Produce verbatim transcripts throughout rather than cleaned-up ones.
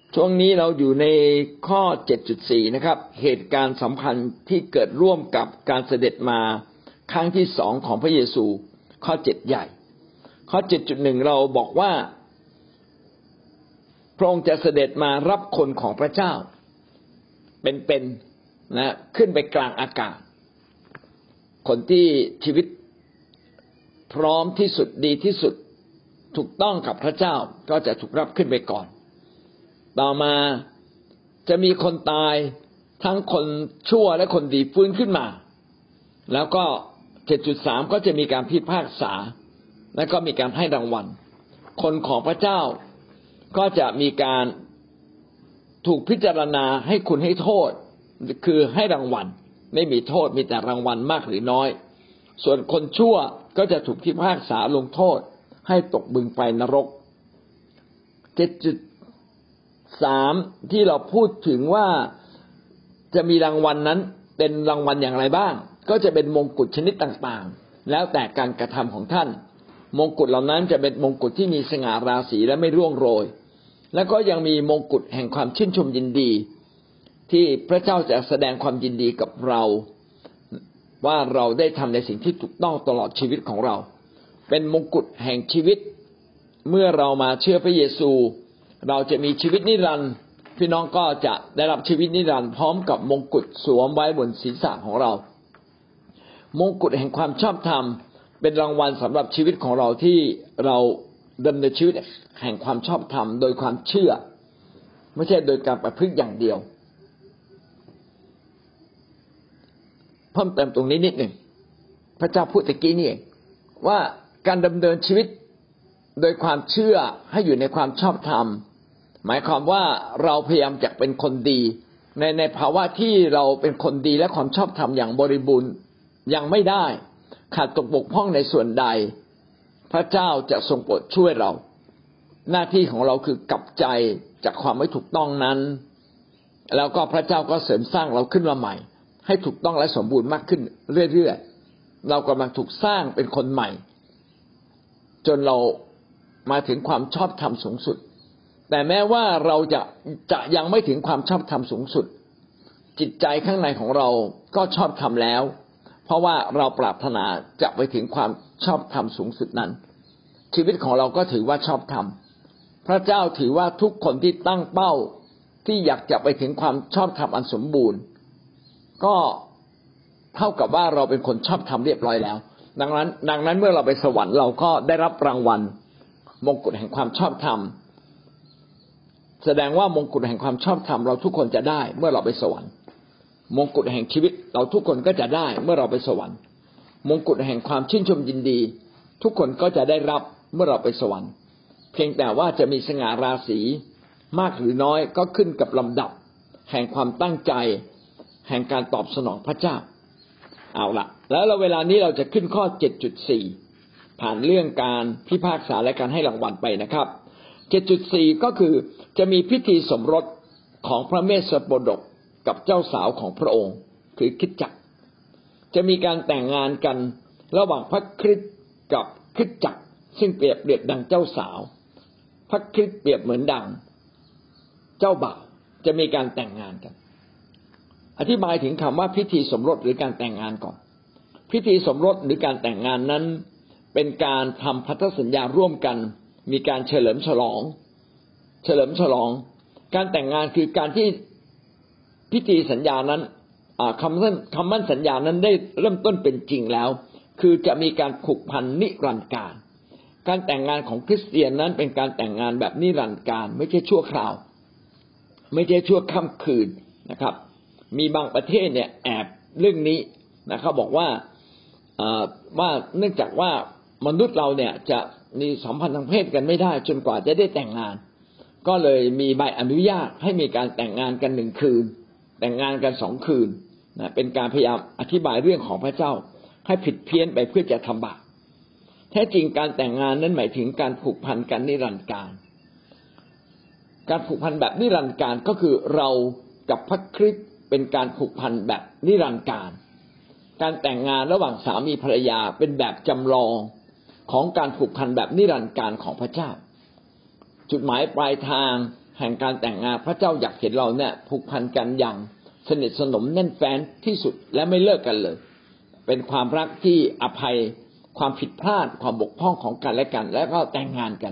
ช่วงนี้เราอยู่ในข้อ เจ็ดจุดสี่ นะครับเหตุการณ์สำคัญที่เกิดร่วมกับการเสด็จมาครั้งที่สองของพระเยซูข้อเจ็ดใหญ่ข้อ เจ็ดจุดหนึ่ง เราบอกว่าพระองค์จะเสด็จมารับคนของพระเจ้าเป็นๆนะขึ้นไปกลางอากาศคนที่ชีวิตพร้อมที่สุดดีที่สุดถูกต้องกับพระเจ้าก็จะถูกรับขึ้นไปก่อนต่อมาจะมีคนตายทั้งคนชั่วและคนดีฟื้นขึ้นมาแล้วก็ เจ็ดจุดสาม ก็จะมีการพิพากษาและก็มีการให้รางวัลคนของพระเจ้าก็จะมีการถูกพิจารณาให้คุณให้โทษคือให้รางวัลไม่มีโทษมีแต่รางวัลมากหรือน้อยส่วนคนชั่วก็จะถูกพิพากษาลงโทษให้ตกบึงไฟนรก เจ็ดจุดสาม ที่เราพูดถึงว่าจะมีรางวัลนั้นเป็นรางวัลอย่างไรบ้างก็จะเป็นมงกุฎชนิดต่างๆแล้วแต่การกระทำของท่านมงกุฎเหล่านั้นจะเป็นมงกุฎที่มีสง่าราศีและไม่ร่วงโรยแล้วก็ยังมีมงกุฎแห่งความชื่นชมยินดีที่พระเจ้าจะแสดงความยินดีกับเราว่าเราได้ทำในสิ่งที่ถูกต้องตลอดชีวิตของเราเป็นมงกุฎแห่งชีวิตเมื่อเรามาเชื่อพระเยซูเราจะมีชีวิตนิรันดร์พี่น้องก็จะได้รับชีวิตนิรันดร์พร้อมกับมงกุฎสวมไว้บนศีรษะของเรามงกุฎแห่งความชอบธรรมเป็นรางวัลสำหรับชีวิตของเราที่เราดำเนินชีวิตแห่งความชอบธรรมโดยความเชื่อไม่ใช่โดยการประพฤติอย่างเดียวเพิ่มเติมตรงนี้นิดหนึ่งพระเจ้าพูดตะกี้นี่เองว่าการดำเนินชีวิตโดยความเชื่อให้อยู่ในความชอบธรรมหมายความว่าเราพยายามจะเป็นคนดีในในภาวะที่เราเป็นคนดีและความชอบธรรมอย่างบริบูรณ์ยังไม่ได้ขาดตกบกพร่องในส่วนใดพระเจ้าจะทรงโปรดช่วยเราหน้าที่ของเราคือกลับใจจากความไม่ถูกต้องนั้นแล้วก็พระเจ้าก็เสริมสร้างเราขึ้นมาใหม่ให้ถูกต้องและสมบูรณ์มากขึ้นเรื่อยๆเรากำลังถูกสร้างเป็นคนใหม่จนเรามาถึงความชอบธรรมสูงสุดแต่แม้ว่าเราจะจะยังไม่ถึงความชอบธรรมสูงสุดจิตใจข้างในของเราก็ชอบธรรมแล้วเพราะว่าเราปรารถนาจะไปถึงความชอบธรรมสูงสุดนั้นชีวิตของเราก็ถือว่าชอบธรรมพระเจ้าถือว่าทุกคนที่ตั้งเป้าที่อยากจะไปถึงความชอบธรรมอันสมบูรณ์ก็เท่ากับว่าเราเป็นคนชอบธรรมเรียบร้อยแล้วดังนั้นดังนั้นเมื่อเราไปสวรรค์เราก็ได้รับรางวัลมงกุฎแห่งความชอบธรรมแสดงว่ามงกุฎแห่งความชอบธรรมเราทุกคนจะได้เมื่อเราไปสวรรค์มงกุฎแห่งชีวิตเราทุกคนก็จะได้เมื่อเราไปสวรรค์มงกุฎแห่งความชื่นชมยินดีทุกคนก็จะได้รับเมื่อเราไปสวรรค์เพียงแต่ว่าจะมีสง่าราศีมากหรือน้อยก็ขึ้นกับลำดับแห่งความตั้งใจแห่งการตอบสนองพระเจ้าเอาล่ะแล้วเราเวลานี้เราจะขึ้นข้อ เจ็ดจุดสี่ ผ่านเรื่องการพิพากษาและการให้รางวัลไปนะครับ เจ็ดจุดสี่ ก็คือจะมีพิธีสมรสของพระเมสสโปดกกับเจ้าสาวของพระองค์คือคริสตจักรจะมีการแต่งงานกันระหว่างพระคริสต์กับคริสตจักรซึ่งเปรียบเปรียบดังเจ้าสาวพระคริสต์เปรียบเหมือนดังเจ้าบ่าวจะมีการแต่งงานกันอธิบายถึงคำว่าพิธีสมรสหรือการแต่งงานก่อนพิธีสมรสหรือการแต่งงานนั้นเป็นการทำพันธสัญญาร่วมกันมีการเฉลิมฉลองเฉลิมฉลองการแต่งงานคือการที่พิธีสัญญานั้นคำมั่นคำมั่นสัญญานั้นได้เริ่มต้นเป็นจริงแล้วคือจะมีการผูกพันนิรันดร์การการแต่งงานของคริสเตียนนั้นเป็นการแต่งงานแบบนิรันดร์การไม่ใช่ชั่วคราวไม่ใช่ชั่วค่ำคืนนะครับมีบางประเทศเนี่ยแอบเรื่องนี้นะเขาบอกว่าว่าเนื่องจากว่ามนุษย์เราเนี่ยจะมีสัมพันธ์ทางเพศกันไม่ได้จนกว่าจะได้แต่งงานก็เลยมีใบอนุญาตให้มีการแต่งงานกันหนึ่งคืนแต่งงานกันสองคืนนะเป็นการพยายามอธิบายเรื่องของพระเจ้าให้ผิดเพี้ยนไปเพื่อจะทำบาปแท้จริงการแต่งงานนั้นหมายถึงการผูกพันกันนิรันดร์การการผูกพันแบบนิรันดร์การก็คือเรากับพระคริสต์เป็นการผูกพันแบบนิรันดร์การการแต่งงานระหว่างสามีภรรยาเป็นแบบจำลองของการผูกพันแบบนิรันดร์การของพระเจ้าจุดหมายปลายทางแห่งการแต่งงานพระเจ้าอยากเห็นเราเนี่ยผูกพันกันอย่างสนิทสนมแน่นแฟ้นที่สุดและไม่เลิกกันเลยเป็นความรักที่อภัยความผิดพลาดความบกพร่องของกันและกันแล้วก็แต่งงานกัน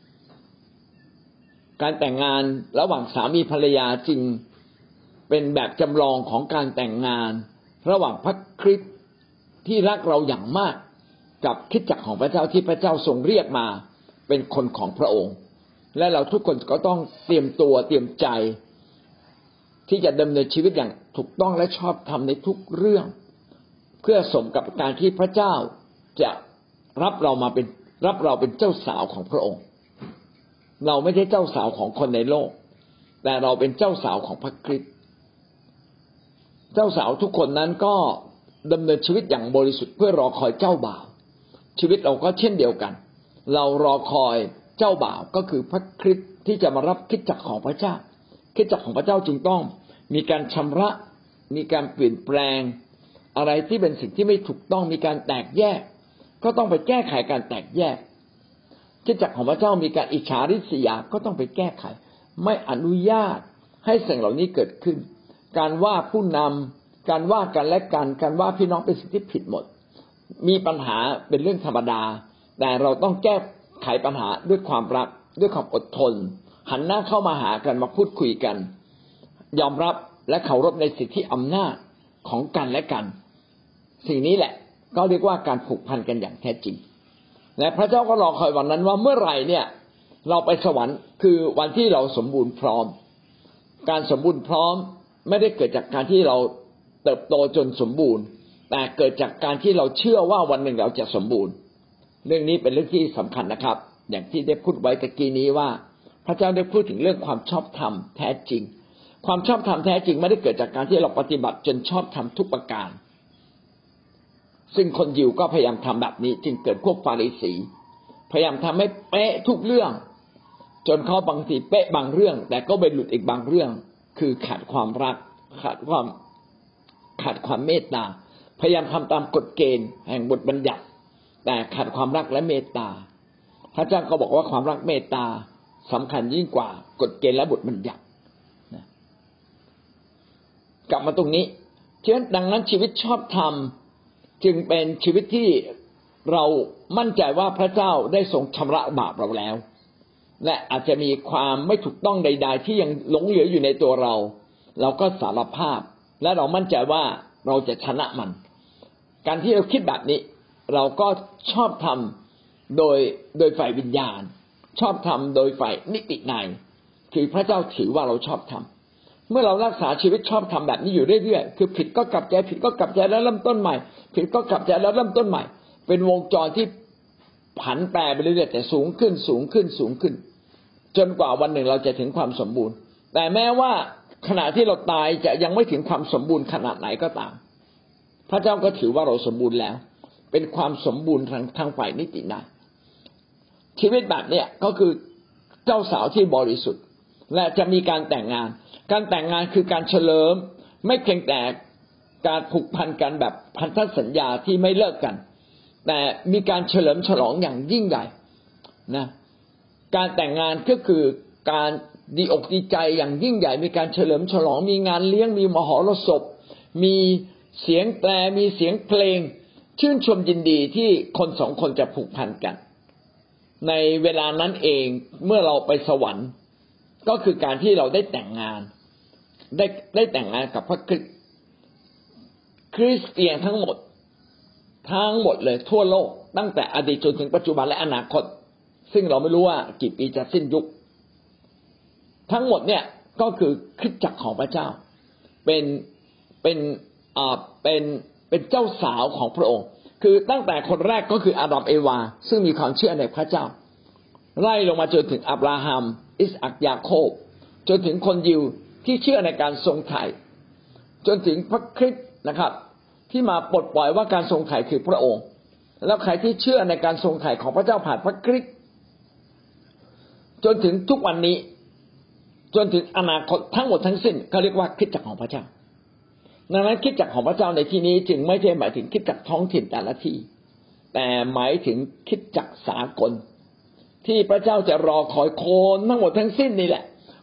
การแต่งงานระหว่างสามีภรรยาจึงเป็นแบบจำลองของการแต่งงานระหว่างพระคริสต์ที่รักเราอย่างมากกับคริสตจักรของพระเจ้าที่พระเจ้าทรงเรียกมาเป็นคนของพระองค์และเราทุกคนก็ต้องเตรียมตัวเตรียมใจที่จะดำเนินชีวิตอย่างถูกต้องและชอบธรรมในทุกเรื่องเพื่อสมกับการที่พระเจ้าจะรับเรามาเป็นรับเราเป็นเจ้าสาวของพระองค์เราไม่ใช่เจ้าสาวของคนในโลกแต่เราเป็นเจ้าสาวของพระคริสต์เจ้าสาวทุกคนนั้นก็ดำเนินชีวิตอย่างบริสุทธิ์เพื่อรอคอยเจ้าบ่าวชีวิตเราก็เช่นเดียวกันเรารอคอยเจ้าบ่าวก็คือพระคริสต์ที่จะมารับคริสตจักรของพระเจ้าคริสตจักรของพระเจ้าจึงต้องมีการชำระมีการเปลี่ยนแปลงอะไรที่เป็นสิ่งที่ไม่ถูกต้องมีการแตกแยกก็ต้องไปแก้ไขการแตกแยกคริสตจักรของพระเจ้ามีการอิจฉาริษยาก็ต้องไปแก้ไขไม่อนุญาตให้สิ่งเหล่านี้เกิดขึ้นการว่าผู้นำการว่ากันและกันการว่าพี่น้องเป็นสิ่งที่ผิดหมดมีปัญหาเป็นเรื่องธรรมดาแต่เราต้องแก้ไขปัญหาด้วยความรักด้วยความอดทนหันหน้าเข้ามาหากันมาพูดคุยกันยอมรับและเคารพในสิทธิอำนาจของกันและกันสิ่งนี้แหละก็เรียกว่าการผูกพันกันอย่างแท้จริงและพระเจ้าก็รอคอยวันนั้นว่าเมื่อไหร่เนี่ยเราไปสวรรค์คือวันที่เราสมบูรณ์พร้อมการสมบูรณ์พร้อมไม่ได้เกิดจากการที่เราเติบโตจนสมบูรณ์แต่เกิดจากการที่เราเชื่อว่าวันหนึ่งเราจะสมบูรณ์เรื่องนี้เป็นเรื่องที่สำคัญนะครับอย่างที่ได้พูดไว้ตะกี้นี้ว่าพระเจ้าได้พูดถึงเรื่องความชอบธรรมแท้จริงความชอบธรรมแท้จริงไม่ได้เกิดจากการที่เราปฏิบัติจนชอบธรรมทุกประการซึ่งคนยิวก็พยายามทำแบบนี้จึงเกิดพวกฟาริสีพยายามทำให้เป๊ะทุกเรื่องจนเขาบางทีเป๊ะบางเรื่องแต่ก็ไปหลุดอีกบางเรื่องคือขาดความรักขาดความขาดความเมตตาพยายามทำตามกฎเกณฑ์แห่งบทบัญญัติแต่ขาดความรักและเมตตาพระเจ้าก็บอกว่าความรักเมตตาสำคัญยิ่งกว่ากฎเกณฑ์และบทบัญญัติกลับมาตรงนี้ฉะนั้นดังนั้นชีวิตชอบธรรมจึงเป็นชีวิตที่เรามั่นใจว่าพระเจ้าได้ทรงชำระบาปเราแล้วและอาจจะมีความไม่ถูกต้องใดๆที่ยังหลงเหลืออยู่ในตัวเราเราก็สารภาพและเรามั่นใจว่าเราจะชนะมันการที่เราคิดแบบนี้เราก็ชอบทำโดยโดยฝ่ายวิญญาณชอบทำโดยฝ่ายนิติในคือพระเจ้าถือว่าเราชอบทำเมื่อเรารักษาชีวิตชอบทำแบบนี้อยู่เรื่อยๆคือผิดก็กลับใจผิดก็กลับใจแล้วเริ่มต้นใหม่ผิดก็กลับใจแล้วเริ่มต้นใหม่เป็นวงจรที่ผันแปรไปเรื่อยๆแต่สูงขึ้นสูงขึ้นสูงขึ้นจนกว่าวันหนึ่งเราจะถึงความสมบูรณ์แต่แม้ว่าขณะที่เราตายจะยังไม่ถึงความสมบูรณ์ขนาดไหนก็ตามพระเจ้าก็ถือว่าเราสมบูรณ์แล้วเป็นความสมบูรณ์ทางทางฝ่ายนิติในชีวิตแบบเนี้ยก็คือเจ้าสาวที่บริสุทธิ์และจะมีการแต่งงานการแต่งงานคือการเฉลิมไม่เพียงแต่การผูกพันกันแบบพันธสัญญาที่ไม่เลิกกันแต่มีการเฉลิมฉลองอย่างยิ่งใหญ่นะการแต่งงานก็คือการดีอกดีใจอย่างยิ่งใหญ่มีการเฉลิมฉลองมีงานเลี้ยงมีมหรสพมีเสียงแตรมีเสียงเพลงชื่นชมยินดีที่คนสองคนจะผูกพันกันในเวลานั้นเองเมื่อเราไปสวรรค์ก็คือการที่เราได้แต่งงานได้ได้แต่งงานกับพระคริสต์คริสเตียนทั้งหมดทั้งหมดเลยทั่วโลกตั้งแต่อดีตจนถึงปัจจุบันและอนาคตซึ่งเราไม่รู้ว่ากี่ปีจะสิ้นยุคทั้งหมดเนี่ยก็คือคริสตจักรของพระเจ้าเป็นเป็นอ่าเป็นเป็นเจ้าสาวของพระองค์คือตั้งแต่คนแรกก็คืออาดัมเอวาซึ่งมีความเชื่อในพระเจ้าไล่ลงมาจนถึงอับราฮัมอิสอัคยาโคบจนถึงคนยิวที่เชื่อในการทรงไถ่จนถึงพระคริสต์นะครับที่มาปลดปล่อยว่าการทรงไถ่คือพระองค์แล้วใครที่เชื่อในการทรงไถ่ของพระเจ้าผ่านพระคริสต์จนถึงทุกวันนี้จนถึงอนาคตทั้งหมดทั้งสิ้นเขาเรียกว่าคริสตจักรของพระเจ้าดังนั้นคริสตจักรของพระเจ้าในที่นี้จึงไม่ใช่หมายถึงคริสตจักรท้องถิ่นแต่ละที่แต่หมายถึงคริสตจักรสากลที่พระเจ้าจะรอคอยคนทั้งหมดทั้งสิ้นนี่แหละ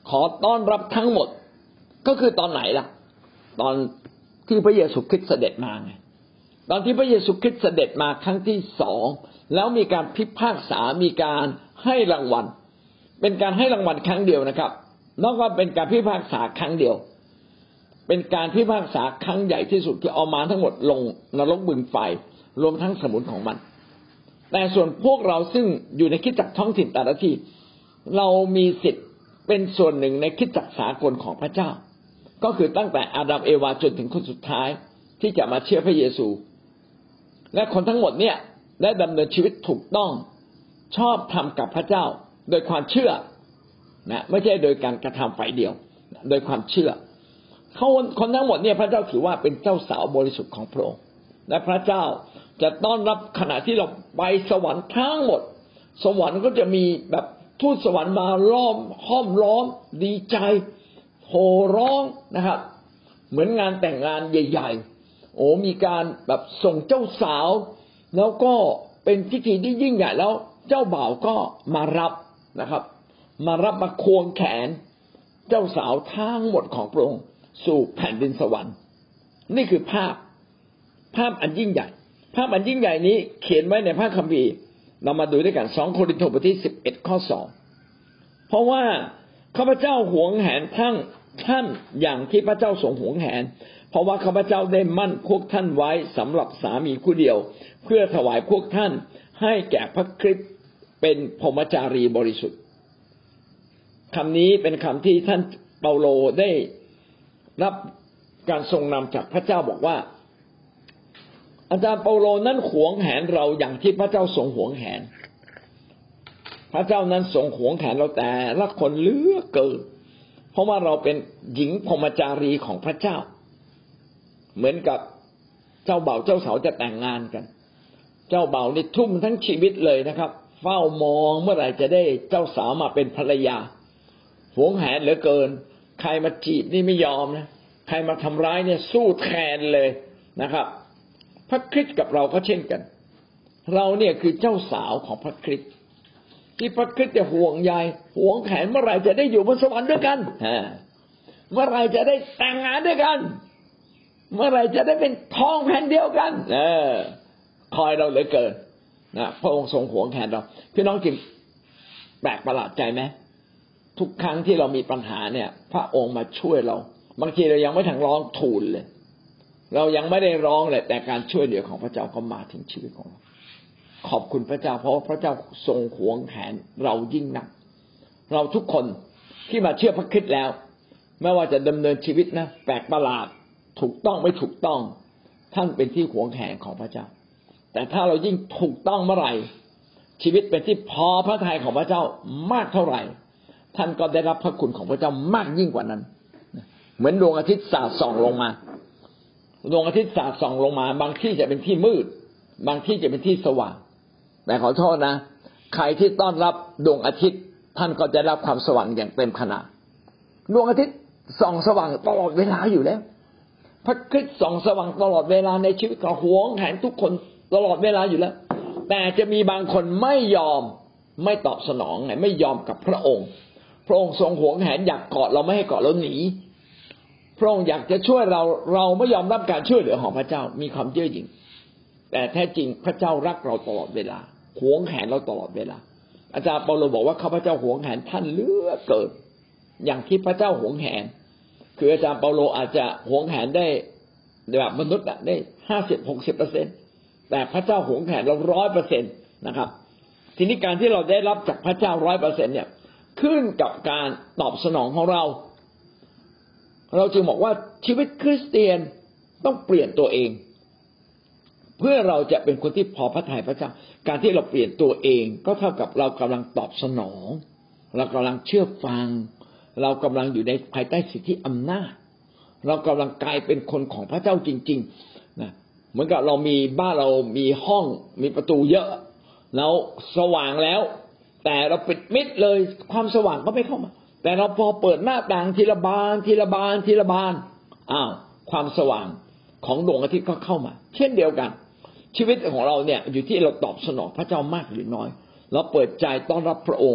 ขอต้อนรับทั้งหมดก็คือตอนไหนล่ะตอนที่พระเยซูคริสต์เสด็จมาไงตอนที่พระเยซูคริสต์เสด็จมาครั้งที่สองแล้วมีการพิพากษามีการให้รางวัลเป็นการให้รางวัลครั้งเดียวนะครับนอกจากเป็นการพิพากษาครั้งเดียวเป็นการพิพากษาครั้งใหญ่ที่สุดที่เอามารทั้งหมดลงนรกบึงไฟรวมทั้งสมุนของมันแต่ส่วนพวกเราซึ่งอยู่ในคริสตจักรท้องถิ่นแต่ละที่เรามีสิทธิ์เป็นส่วนหนึ่งในคริสตจักรสากลของพระเจ้าก็คือตั้งแต่อาดัมเอวาจนถึงคนสุดท้ายที่จะมาเชื่อพระเยซูและคนทั้งหมดเนี่ยได้ดำเนินชีวิตถูกต้องชอบธรรมกับพระเจ้าโดยความเชื่อนะไม่ใช่โดยการกระทำฝ่ายเดียวโดยความเชื่อเขาคนทั้งหมดเนี่ยพระเจ้าถือว่าเป็นเจ้าสาวบริสุทธิ์ของพระองค์และพระเจ้าจะต้อนรับขณะที่เราไปสวรรค์ทั้งหมดสวรรค์ก็จะมีแบบทูตสวรรค์มาล้อมห้อมล้อมดีใจโห่ร้องนะครับเหมือนงานแต่งงานใหญ่ๆโอ้มีการแบบส่งเจ้าสาวแล้วก็เป็นพิธีที่ยิ่งใหญ่แล้วเจ้าบ่าวก็มารับนะครับมารับมาควงแขนเจ้าสาวทั้งหมดของพระองค์สู่แผ่นดินสวรรค์นี่คือภาพภาพอันยิ่งใหญ่ภาพอันยิ่งใหญ่นี้เขียนไว้ในพระคัมภีร์เรามาดูด้วยกันสองโครินธ์บทที่สิบเอ็ดข้อสองเพราะว่าข้าพเจ้าหวงแหนท่านท่านอย่างที่พระเจ้าทรงหวงแหนเพราะว่าข้าพเจ้าได้มั่นพวกท่านไว้สำหรับสามีคู่เดียวเพื่อถวายพวกท่านให้แก่พระคริสต์เป็นพรหมจารีบริสุทธิ์คำนี้เป็นคำที่ท่านเปาโลได้รับการทรงนำจากพระเจ้าบอกว่าอาจารย์เปาโลนั้นหวงแหนเราอย่างที่พระเจ้าทรงหวงแหนพระเจ้านั้นทรงหวงแหนเราแต่ละคนเหลือเกินเพราะว่าเราเป็นหญิงพรหมจารีของพระเจ้าเหมือนกับเจ้าบ่าวเจ้าสาวจะแต่งงานกันเจ้าบ่าวนี่ทุ่มทั้งชีวิตเลยนะครับเฝ้ามองเมื่อไหร่จะได้เจ้าสาวมาเป็นภรรยาหวงแหนเหลือเกินใครมาจีบนี่ไม่ยอมนะใครมาทำร้ายเนี่ยสู้แทนเลยนะครับพระคริสต์กับเราก็เช่นกันเราเนี่ยคือเจ้าสาวของพระคริสต์ที่พระคริสต์จะห่วงใยห่วงแขนเมื่อไหร่จะได้อยู่บนสวรรค์ด้วยกันเมื่อไหร่จะได้แต่งงานด้วยกันเมื่อไหร่จะได้เป็นทองแผ่นเดียวกันเออคอยเราเหลือเกินนะพระองค์ทรงห่วงแขนเราพี่น้องจริงแปลกประหลาดใจไหมทุกครั้งที่เรามีปัญหาเนี่ยพระองค์มาช่วยเราบางทีเรายังไม่ทันร้องทูลเลยเรายังไม่ได้ร้องเลยแต่การช่วยเหลือของพระเจ้าก็มาถึงชีวิตของเราขอบคุณพระเจ้าเพราะว่าพระเจ้าทรงหวงแหนเรายิ่งนักเราทุกคนที่มาเชื่อพระคริสต์แล้วไม่ว่าจะดำเนินชีวิตนะแปลกประหลาดถูกต้องไม่ถูกต้องท่านเป็นที่หวงแหนของพระเจ้าแต่ถ้าเรายิ่งถูกต้องเมื่อไหร่ชีวิตเป็นที่พอพระทัยของพระเจ้ามากเท่าไหร่ท่านก็ได้รับพระคุณของพระเจ้ามากยิ่งกว่านั้นเหมือนดวงอาทิตย์สาดส่องลงมาดวงอาทิตย์สาดส่องลงมาบางที่จะเป็นที่มืดบางที่จะเป็นที่สว่างแต่ขอโทษนะใครที่ต้อนรับดวงอาทิตย์ท่านก็จะรับความสว่างอย่างเต็มขนาดดวงอาทิตย์ส่องสว่างตลอดเวลาอยู่แล้วพระคริสต์ส่องสว่างตลอดเวลาในชีวิตของหวงแหนทุกคนตลอดเวลาอยู่แล้วแต่จะมีบางคนไม่ยอมไม่ตอบสนองไงไม่ยอมกับพระองค์พระองค์ทรงหวงแหนอยากกอดเราไม่ให้กอดเราหนีพระองค์อยากจะช่วยเราเราไม่ยอมรับการช่วยเหลือของพระเจ้ามีความเย่อหยิ่งแต่แท้จริงพระเจ้ารักเราตลอดเวลาหวงแหนเราตลอดเวลาอาจารย์เปาโลบอกว่าข้าพเจ้าหวงแหนท่านเหลือเกินอย่างที่พระเจ้าหวงแหนคืออาจารย์เปาโลอาจจะหวงแหนได้แบบมนุษย์ได้ ห้าสิบ หกสิบเปอร์เซ็นต์ แต่พระเจ้าหวงแหนเรา ร้อยเปอร์เซ็นต์ นะครับทีนี้การที่เราได้รับจากพระเจ้า ร้อยเปอร์เซ็นต์ เนี่ยขึ้นกับการตอบสนองของเราเราจึงบอกว่าชีวิตคริสเตียนต้องเปลี่ยนตัวเองเพื่อเราจะเป็นคนที่พอพระทัยพระเจ้าการที่เราเปลี่ยนตัวเองก็เท่ากับเรากำลังตอบสนองเรากำลังเชื่อฟังเรากำลังอยู่ในภายใต้สิทธิอำนาจเรากำลังกลายเป็นคนของพระเจ้าจริงๆนะเหมือนกับเรามีบ้านเรามีห้องมีประตูเยอะแล้วสว่างแล้วแต่เราปิดมิดเลยความสว่างก็ไม่เข้ามาแต่เราพอเปิดหน้าต่างทีละบานทีละบานทีละบานอ้าวความสว่างของดวงอาทิตย์ก็เข้ามาเช่นเดียวกันชีวิตของเราเนี่ยอยู่ที่เราตอบสนองพระเจ้ามากหรือน้อยเราเปิดใจต้อนรับพระองค์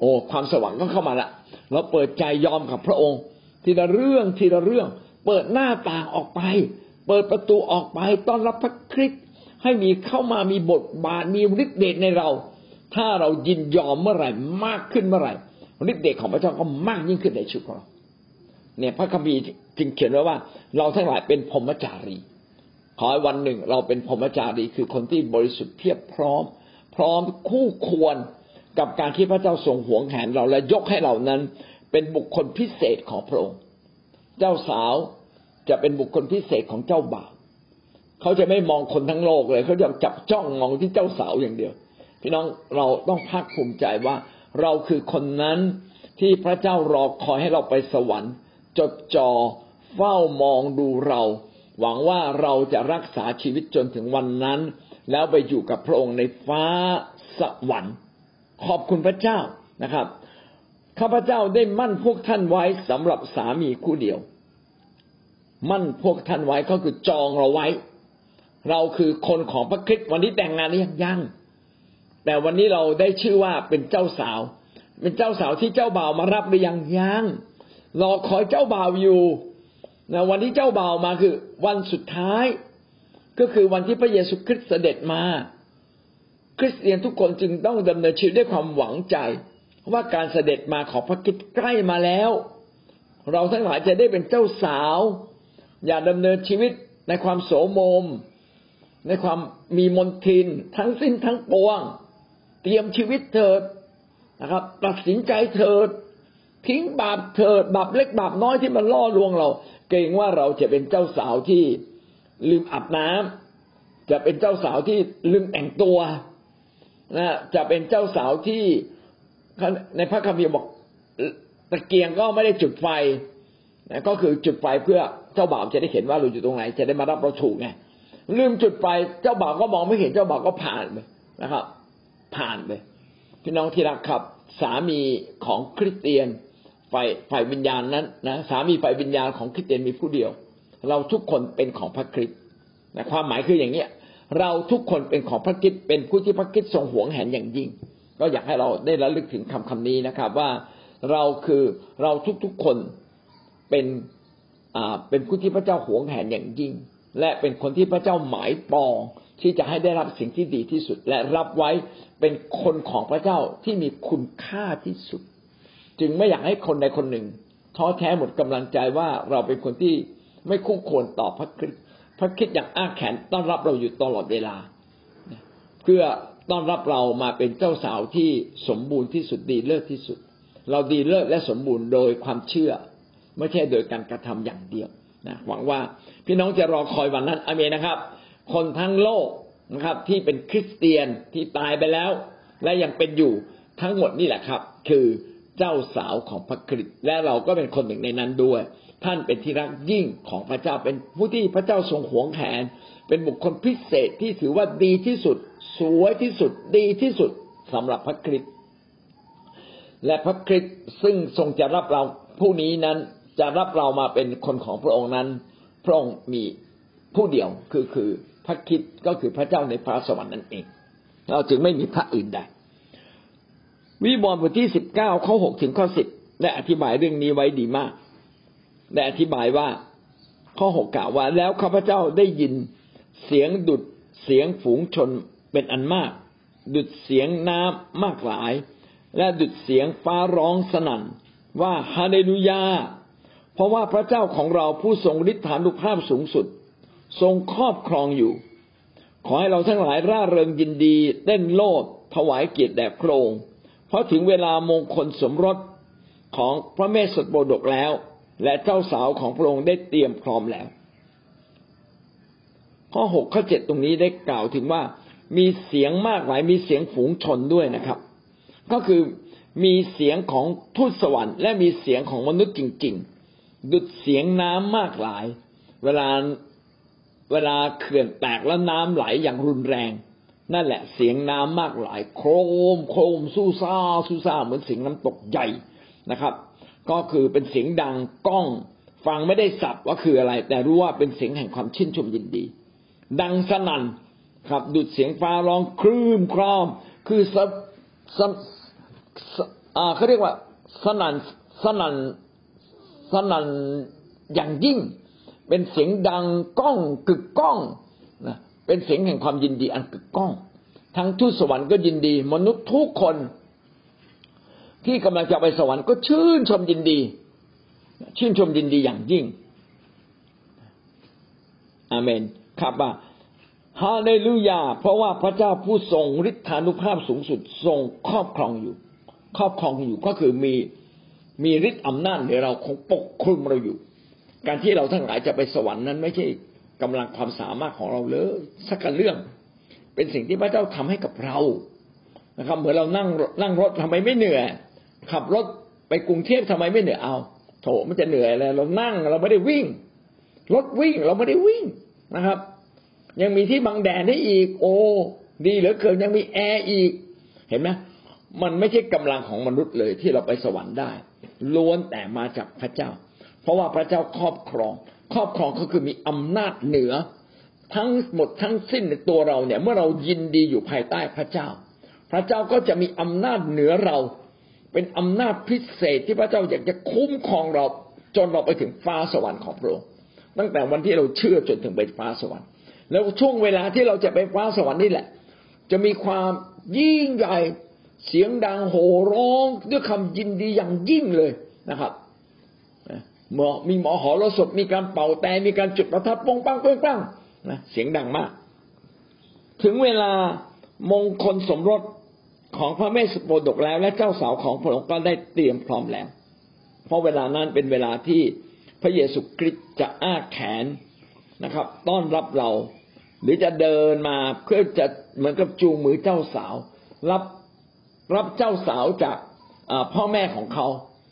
โอ้ความสว่างก็เข้ามาละเราเปิดใจยอมกับพระองค์ทีละเรื่องทีละเรื่องเปิดหน้าต่างออกไปเปิดประตูออกไปต้อนรับพระคริสต์ให้มีเข้ามามีบทบาทมีฤทธิ์เดชในเราถ้าเรายินยอมเมื่อไหร่มากขึ้นเมื่อไหร่ฤทธิ์เดชของพระเจ้าก็มากยิ่งขึ้นในชีวิตของเราเนี่ยพระคัมภีร์จึงเขียนไว้ว่าเราทั้งหลายเป็นพรหมจารีขอให้วันหนึ่งเราเป็นพรหมจารีคือคนที่บริสุทธิ์เพียบพร้อมพร้อมคู่ควรกับการที่พระเจ้าทรงหวงแหนเราและยกให้เรานั้นเป็นบุคคลพิเศษของพระองค์เจ้าสาวจะเป็นบุคคลพิเศษของเจ้าบ่าวเขาจะไม่มองคนทั้งโลกเลยเขาจะจับจ้องมองที่เจ้าสาวอย่างเดียวพี่น้องเราต้องภาคภูมิใจว่าเราคือคนนั้นที่พระเจ้ารอคอยให้เราไปสวรรค์จดจ่อเฝ้ามองดูเราหวังว่าเราจะรักษาชีวิตจนถึงวันนั้นแล้วไปอยู่กับพระองค์ในฟ้าสวรรค์ขอบคุณพระเจ้านะครับข้าพเจ้าได้มั่นพวกท่านไว้สำหรับสามีคู่เดียวมั่นพวกท่านไว้ก็คือจองเราไว้เราคือคนของพระคริสต์วันนี้แต่งงานหรือยังยังแต่วันนี้เราได้ชื่อว่าเป็นเจ้าสาวเป็นเจ้าสาวที่เจ้าบ่าวมารับหรือยังยังรอคอยเจ้าบ่าวอยู่นะวันที่เจ้าบ่าวมาคือวันสุดท้ายก็คือวันที่พระเยซูคริสต์เสด็จมาคริสเตียนทุกคนจึงต้องดำเนินชีวิตด้วยความหวังใจว่าการเสด็จมาของพระคริสต์ใกล้มาแล้วเราทั้งหลายจะได้เป็นเจ้าสาวอย่าดำเนินชีวิตในความโสมมในความมีมนทินทั้งสิ้นทั้งปวงเตรียมชีวิตเถิดนะครับตัดสินใจเถิดทิ้งบาปเถิดบาปเล็กบาปน้อยที่มันล่อลวงเราเกรงว่าเราจะเป็นเจ้าสาวที่ลืมอาบน้ำจะเป็นเจ้าสาวที่ลืมแต่งตัวนะจะเป็นเจ้าสาวที่ในพระคัมภีร์บอกตะเกียงก็ไม่ได้จุดไฟนะก็คือจุดไฟเพื่อเจ้าบ่าวจะได้เห็นว่าเราอยู่ตรงไหนจะได้มารับเราถูกไงลืมจุดไฟเจ้าบ่าวก็มองไม่เห็นเจ้าบ่าวก็ผ่านไปนะครับผ่านไปพี่น้องที่รักครับสามีของคริสเตียนฝ่ายฝ่ายวิญญาณนั้นนะสามีฝ่ายวิญญาณของคริสเตียนมีผู้เดียวเราทุกคนเป็นของพระคริสต์นะความหมายคืออย่างเนี้ยเราทุกคนเป็นของพระคริสต์เป็นผู้ที่พระคริสต์ทรงหวงแหนอย่างยิ่งก็อยากให้เราได้ระลึกถึงคำคำนี้นะครับว่าเราคือเราทุกๆคนเป็นอ่าเป็นผู้ที่พระเจ้าหวงแหนอย่างยิ่งและเป็นคนที่พระเจ้าหมายปองที่จะให้ได้รับสิ่งที่ดีที่สุดและรับไว้เป็นคนของพระเจ้าที่มีคุณค่าที่สุดจึงไม่อยากให้คนใดคนหนึ่งท้อแท้หมดกำลังใจว่าเราเป็นคนที่ไม่คู่ควรต่อพระคริสต์พระคริสต์อย่างอ้าแขนต้อนรับเราอยู่ตลอดเวลาเพื่อต้อนรับเรามาเป็นเจ้าสาวที่สมบูรณ์ที่สุดดีเลิศที่สุดเราดีเลิศและสมบูรณ์โดยความเชื่อไม่ใช่โดยการกระทำอย่างเดียวนะหวังว่าพี่น้องจะรอคอยวันนั้นอาเมนนะครับคนทั้งโลกนะครับที่เป็นคริสเตียนที่ตายไปแล้วและยังเป็นอยู่ทั้งหมดนี่แหละครับคือเจ้าสาวของพระคริสต์และเราก็เป็นคนหนึ่งในนั้นด้วยท่านเป็นที่รักยิ่งของพระเจ้าเป็นผู้ที่พระเจ้าทรงหวงแหนเป็นบุคคลพิเศษที่ถือว่าดีที่สุดสวยที่สุดดีที่สุดสำหรับพระคริสต์และพระคริสต์ซึ่งทรงจะรับเราผู้นี้นั้นจะรับเรามาเป็นคนของพระองค์นั้นพระองค์มีผู้เดียวคือคือพระคริสต์ก็คือพระเจ้าในฟ้าสวรรค์นั่นเองเราจึงไม่มีพระอื่นใดวิวรณ์บทที่สิบเก้าข้อหกถึงข้อสิบได้อธิบายเรื่องนี้ไว้ดีมากได้อธิบายว่าข้อหกกล่าวว่าแล้วข้าพเจ้าได้ยินเสียงดุจเสียงฝูงชนเป็นอันมากดุจเสียงน้ำมากหลายและดุจเสียงฟ้าร้องสนั่นว่าฮาเลลูยาเพราะว่าพระเจ้าของเราผู้ทรงฤทธานุภาพสูงสุดทรงครอบครองอยู่ขอให้เราทั้งหลายร่าเริงยินดีเต้นโลดถวายเกียรติแด่พระองค์เพราะถึงเวลามงคลสมรสของพระเมสสโปดกแล้วและเจ้าสาวของพระองค์ได้เตรียมพร้อมแล้วข้อหกข้อเจ็ดตรงนี้ได้กล่าวถึงว่ามีเสียงมากหลายมีเสียงฝูงชนด้วยนะครับก็คือมีเสียงของทูตสวรรค์และมีเสียงของมนุษย์จริงๆดุจเสียงน้ำมากหลายเวลาเวลาเขื่อนแตกแล้วน้ำไหลอย่างรุนแรงนั่นแหละเสียงน้ำมากหลายโครมโครมสู้ซ่าสู้ซ่าเหมือนเสียงน้ำตกใหญ่นะครับก็คือเป็นเสียงดังก้องฟังไม่ได้สับว่าคืออะไรแต่รู้ว่าเป็นเสียงแห่งความชื่นชมยินดีดังสนั่นครับดุจเสียงฟ้าร้องคลื่นครามคือสอ่าเขาเรียกว่าสนั่นสนั่นสนั่นอย่างยิ่งเป็นเสียงดังก้องกึกก้องนะเป็นเสียงแห่งความยินดีอันกึกก้องทั้งทูตสวรรค์ก็ยินดีมนุษย์ทุกคนที่กำลังจะไปสวรรค์ก็ชื่นชมยินดีชื่นชมยินดีอย่างยิ่งอาเมนครับว่าฮาเลลูยาเพราะว่าพระเจ้าผู้ทรงฤทธานุภาพสูงสุดทรงครอบครองอยู่ครอบครองอยู่ก็คือมีมีฤทธิ์อำนาจในเราคงปกคลุมเราอยู่การที่เราทั้งหลายจะไปสวรรค์นั้นไม่ใช่กำลังความสามารถของเราเลยสักเรื่องเป็นสิ่งที่พระเจ้าทำให้กับเรานะครับเหมือนเรานั่งนั่งรถทำไมไม่เหนื่อยขับรถไปกรุงเทพทำไมไม่เหนื่อยเอาโถมันจะเหนื่อยอะไรเรานั่งเราไม่ได้วิ่งรถวิ่งเราไม่ได้วิ่งนะครับยังมีที่บังแดดให้อีกโอ้ดีเหลือเกินยังมีแอร์อีกเห็นไหมมันไม่ใช่กำลังของมนุษย์เลยที่เราไปสวรรค์ได้ล้วนแต่มาจากพระเจ้าเพราะว่าพระเจ้าครอบครองครอบครองก็คือมีอำนาจเหนือทั้งหมดทั้งสิ้นในตัวเราเนี่ยเมื่อเรายินดีอยู่ภายใต้พระเจ้าพระเจ้าก็จะมีอำนาจเหนือเราเป็นอำนาจพิเศษที่พระเจ้าอยากจะคุ้มครองเราจนเราไปถึงฟ้าสวรรค์ของพระองค์ตั้งแต่วันที่เราเชื่อจนถึงไปฟ้าสวรรค์แล้วช่วงเวลาที่เราจะไปฟ้าสวรรค์นี่แหละจะมีความยิ่งใหญ่เสียงดังโห่ร้องด้วยคำยินดีอย่างยิ่งเลยนะครับหมอมีหมอหอรสพมีการเป่าแต่มีการจุดประทัดปงปังเป้งปังนะเสียงดังมากถึงเวลามงคลสมรสของพระเมสสโปดกแล้วและเจ้าสาวของพระองค์ก็ได้เตรียมพร้อมแล้วเพราะเวลานั้นเป็นเวลาที่พระเยซูคริสต์จะอ้าแขนนะครับต้อนรับเราหรือจะเดินมาเพื่อจะเหมือนกับจูงมือเจ้าสาวรับรับเจ้าสาวจากพ่อแม่ของเขา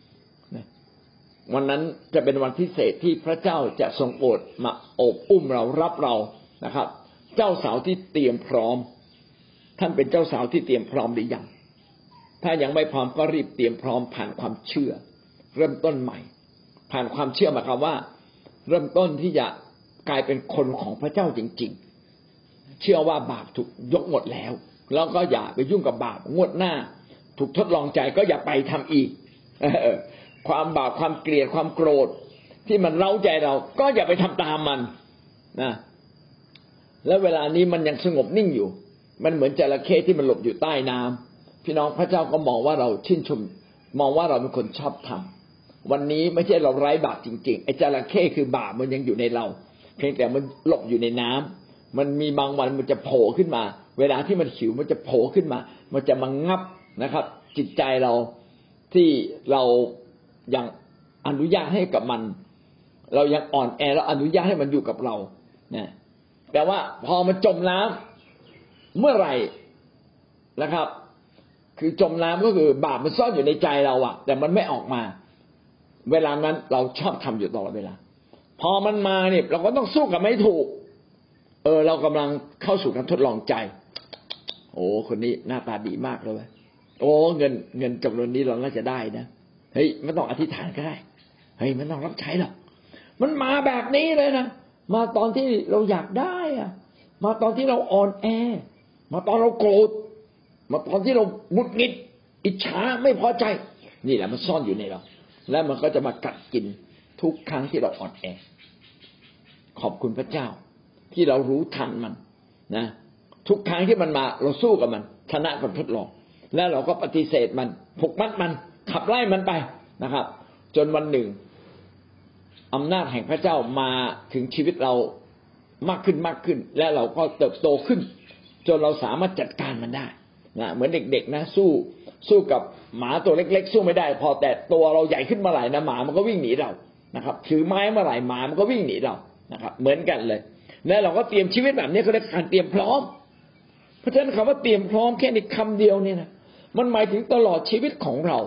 วันนั้นจะเป็นวันพิเศษที่พระเจ้าจะทรงโปรดมาโอบอุ้มเรารับเรานะครับเจ้าสาวที่เตรียมพร้อมท่านเป็นเจ้าสาวที่เตรียมพร้อมหรือยังถ้ายังไม่พร้อมก็รีบเตรียมพร้อมผ่านความเชื่อเริ่มต้นใหม่ผ่านความเชื่อหมายความว่าเริ่มต้นที่จะกลายเป็นคนของพระเจ้าจริงๆเชื่อว่าบาปถูกยกหมดแล้วแล้วก็อย่าไปยุ่งกับบาปงวดหน้าถูกทดลองใจก็อย่าไปทำอีกความบาปความเกลียดความโกรธที่มันเร้าใจเราก็อย่าไปทำตามมันนะแล้วเวลานี้มันยังสงบนิ่งอยู่มันเหมือนจระเข้ที่มันหลบอยู่ใต้น้ำพี่น้องพระเจ้าก็มองว่าเราชื่นชมมองว่าเราเป็นคนชอบธรรมวันนี้ไม่ใช่เราไร้บาปจริงๆไอ้จระเข้คือบาปมันยังอยู่ในเราเพียงแต่มันหลบอยู่ในน้ำมันมีบางวันมันจะโผล่ขึ้นมาเวลาที่มันหิวมันจะโผล่ขึ้นมามันจะมางับนะครับจิตใจเราที่เรายังอนุญาตให้กับมันเรายังอ่อนแอแล้วอนุญาตให้มันอยู่กับเรานะแต่ว่าพอมันจมน้ำเมื่อไหร่นะครับคือจมน้ำก็คือบาปมันซ่อนอยู่ในใจเราอะแต่มันไม่ออกมาเวลานั้นเราชอบทำอยู่ตลอดเวลาพอมันมาเนี่ยเราก็ต้องสู้กับไม่ถูกเออเรากำลังเข้าสู่การทดลองใจโอ้คนนี้หน้าตาดีมากเลยโอ้เงินเงินจำนวนนี้เราน่าจะได้นะเฮ้ยไม่ต้องอธิษฐานก็ได้เฮ้ยไม่ต้องรับใช้หรอกมันมาแบบนี้เลยนะมาตอนที่เราอยากได้อะมาตอนที่เราอ่อนแอมาตอนเราโกรธมาตอนที่เราหงุดหงิดอิจฉาไม่พอใจนี่แหละมันซ่อนอยู่ในเราและมันก็จะมากัดกินทุกครั้งที่เราอ่อนแอขอบคุณพระเจ้าที่เรารู้ทันมันนะทุกครั้งที่มันมาเราสู้กับมันชนะกับทดลองแล้วเราก็ปฏิเสธมันผูกมัดมันขับไล่มันไปนะครับจนวันหนึ่งอำนาจแห่งพระเจ้ามาถึงชีวิตเรามากขึ้นมากขึ้นและเราก็เติบโตขึ้นจนเราสามารถจัดการมันได้นะเหมือนเด็กๆนะสู้สู้กับหมาตัวเล็กๆสู้ไม่ได้พอแต่ตัวเราใหญ่ขึ้นมาหลายนะหมามันก็วิ่งหนีเรานะครับถือไม้มาหลายหมามันก็วิ่งหนีเรานะครับเหมือนกันเลยและเราก็เตรียมชีวิตแบบนี้เขาเรียกการเตรียมพร้อมเพราะฉะนั้นคำว่าเตรียมพร้อมแค่ในคำเดียวเนี่ยนะมันหมายถึงตลอดชีวิตของเรา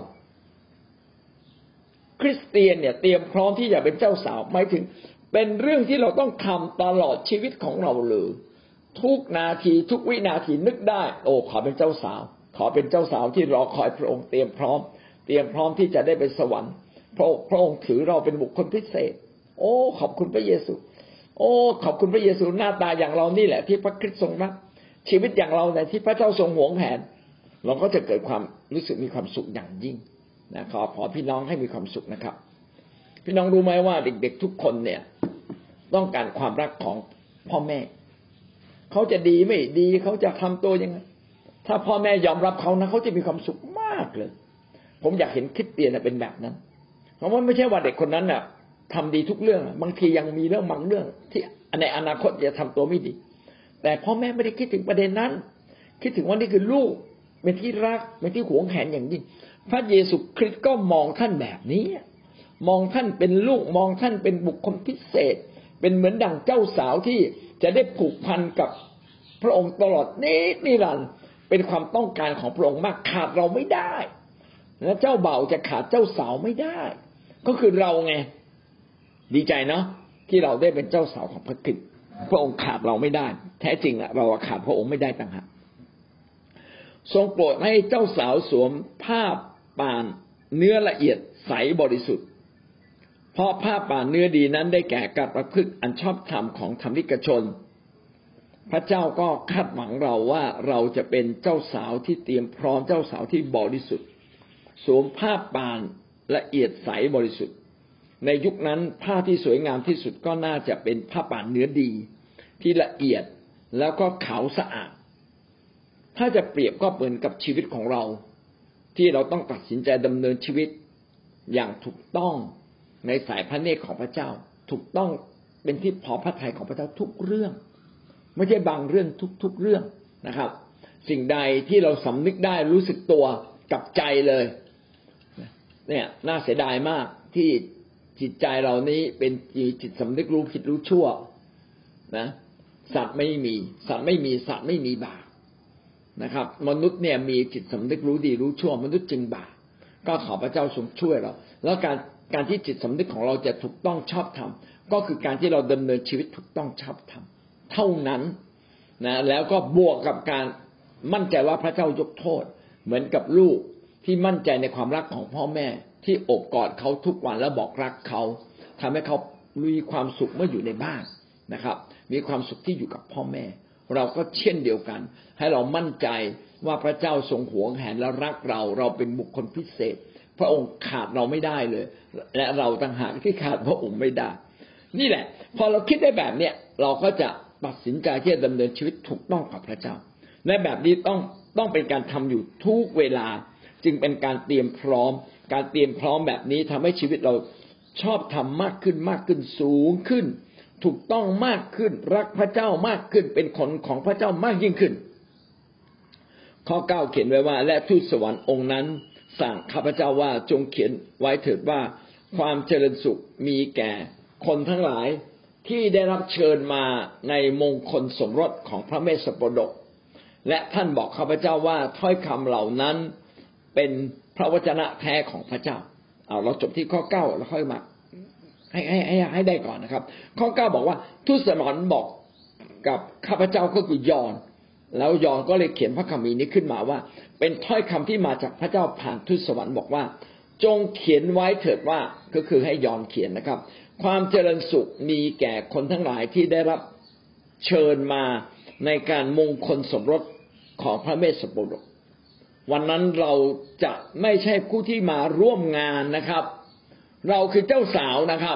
คริสเตียนเนี่ยเตรียมพร้อมที่จะเป็นเจ้าสาวหมายถึงเป็นเรื่องที่เราต้องทำตลอดชีวิตของเราเลยทุกนาทีทุกวินาทีนึกได้โอ้ขอเป็นเจ้าสาวขอเป็นเจ้าสาวที่รอคอยพระองค์เตรียมพร้อมเตรียมพร้อมที่จะได้ไปสวรรค์พระพระองค์ถือเราเป็นบุคคลพิเศษโอ้ขอบคุณพระเยซูโอ้ขอบคุณพระเยซูหน้าตาอย่างเรานี่แหละที่พระคริสต์ทรงรักชีวิตอย่างเราเนี่ยที่พระเจ้าทรงหวงแหนเราก็จะเกิดความรู้สึกมีความสุขอย่างยิ่งนะขอขอพี่น้องให้มีความสุขนะครับพี่น้องรู้ไหมว่าเด็กๆทุกคนเนี่ยต้องการความรักของพ่อแม่เขาจะดีไม่ดีเขาจะทำตัวยังไงถ้าพ่อแม่ยอมรับเขานะเขาจะมีความสุขมากเลยผมอยากเห็นคริสเตียนเป็นแบบนั้นเพราะว่าไม่ใช่ว่าเด็กคนนั้นน่ะทำดีทุกเรื่องบางทียังมีเรื่องบางเรื่องที่ในอนาคตจะทำตัวไม่ดีแต่พ่อแม่ไม่ได้คิดถึงประเด็นนั้นคิดถึงว่านี่คือลูกเป็นที่รักเป็นที่หวงแหนอย่างยิ่งพระเยซูคริสต์ก็มองท่านแบบนี้มองท่านเป็นลูกมองท่านเป็นบุคคลพิเศษเป็นเหมือนดั่งเจ้าสาวที่จะได้ผูกพันกับพระองค์ตลอดนิดนิรันดร์เป็นความต้องการของพระองค์มากขาดเราไม่ได้และเจ้าบ่าวจะขาดเจ้าสาวไม่ได้ก็คือเราไงดีใจเนาะที่เราได้เป็นเจ้าสาวของพระคริสต์พระองค์ขาดเราไม่ได้แท้จริงอะเราขาดพระองค์ไม่ได้ต่างหากทรงโปรดให้เจ้าสาวสวมผ้าป่านเนื้อละเอียดใสบริสุทธิ์เพราะผ้าป่านเนื้อดีนั้นได้แก่การประพฤติอันชอบธรรมของธรรมิกชนพระเจ้าก็คาดหวังเราว่าเราจะเป็นเจ้าสาวที่เตรียมพร้อมเจ้าสาวที่บริสุทธิ์สวมผ้าป่านละเอียดใสบริสุทธิ์ในยุคนั้นผ้าที่สวยงามที่สุดก็น่าจะเป็นผ้าป่านเนื้อดีที่ละเอียดแล้วก็ขาวสะอาดถ้าจะเปรียบก็เหมือนกับชีวิตของเราที่เราต้องตัดสินใจดำเนินชีวิตอย่างถูกต้องในสายพระเนตรของพระเจ้าถูกต้องเป็นที่พอพระทัยของพระเจ้าทุกเรื่องไม่ใช่บางเรื่องทุกๆเรื่องนะครับสิ่งใดที่เราสำนึกได้รู้สึกตัวกับใจเลยเนี่ยน่าเสียดายมากที่จิตใจเรานี้เป็นจิตสำนึกรู้ผิดรู้ชั่วนะสัตว์ไม่มีสัตว์ไม่มีสัตว์ไม่มีบาปนะครับมนุษย์เนี่ยมีจิตสำนึกรู้ดีรู้ชั่วมนุษย์จึงบาปก็ขอพระเจ้าทรงช่วยเราแล้วการการที่จิตสำนึกของเราจะถูกต้องชอบธรรมก็คือการที่เราดำเนินชีวิตถูกต้องชอบธรรมเท่านั้นนะแล้วก็บวกกับการมั่นใจว่าพระเจ้ายกโทษเหมือนกับลูกที่มั่นใจในความรักของพ่อแม่ที่โอบกอดเขาทุกวันแล้วบอกรักเขาทำให้เขามีความสุขเมื่ออยู่ในบ้านนะครับมีความสุขที่อยู่กับพ่อแม่เราก็เช่นเดียวกันให้เรามั่นใจว่าพระเจ้าทรงหวงแหนและรักเราเราเป็นบุคคลพิเศษพระองค์ขาดเราไม่ได้เลยและเราต่างหากที่ขาดพระองค์ไม่ได้นี่แหละพอเราคิดได้แบบเนี้ยเราก็จะตัดสินใจที่จะดำเนินชีวิตถูกต้องกับพระเจ้าและแบบนี้ต้องต้องเป็นการทำอยู่ทุกเวลาจึงเป็นการเตรียมพร้อมการเตรียมพร้อมแบบนี้ทำให้ชีวิตเราชอบทำมากขึ้นมากขึ้นสูงขึ้นถูกต้องมากขึ้นรักพระเจ้ามากขึ้นเป็นคนของพระเจ้ามากยิ่งขึ้นข้อเก้าเขียนไว้ว่าและทูตสวรรค์องค์นั้นสั่งข้าพเจ้าว่าจงเขียนไว้เถิดว่าความเจริญสุขมีแก่คนทั้งหลายที่ได้รับเชิญมาในมงคลสมรสของพระเมสสโปดกและท่านบอกข้าพเจ้าว่าถ้อยคำเหล่านั้นเป็นพระวจนะแท้ของพระเจ้าเอาเราจบที่ข้อเก้าแล้วค่อยมาให้ให้ให้ให้ได้ก่อนนะครับข้อเก้าบอกว่าทูตสวรรค์บอกกับข้าพเจ้าก็คือยอห์นแล้วยอห์นก็เลยเขียนพระคัมภีร์นี้ขึ้นมาว่าเป็นถ้อยคำที่มาจากพระเจ้าผ่านทูตสวรรค์บอกว่าจงเขียนไว้เถิดว่าก็คือให้ยอห์นเขียนนะครับความเจริญสุขมีแก่คนทั้งหลายที่ได้รับเชิญมาในการมงคลสมรสของพระเมสสโปดกวันนั้นเราจะไม่ใช่ผู้ที่มาร่วมงานนะครับเราคือเจ้าสาวนะครับ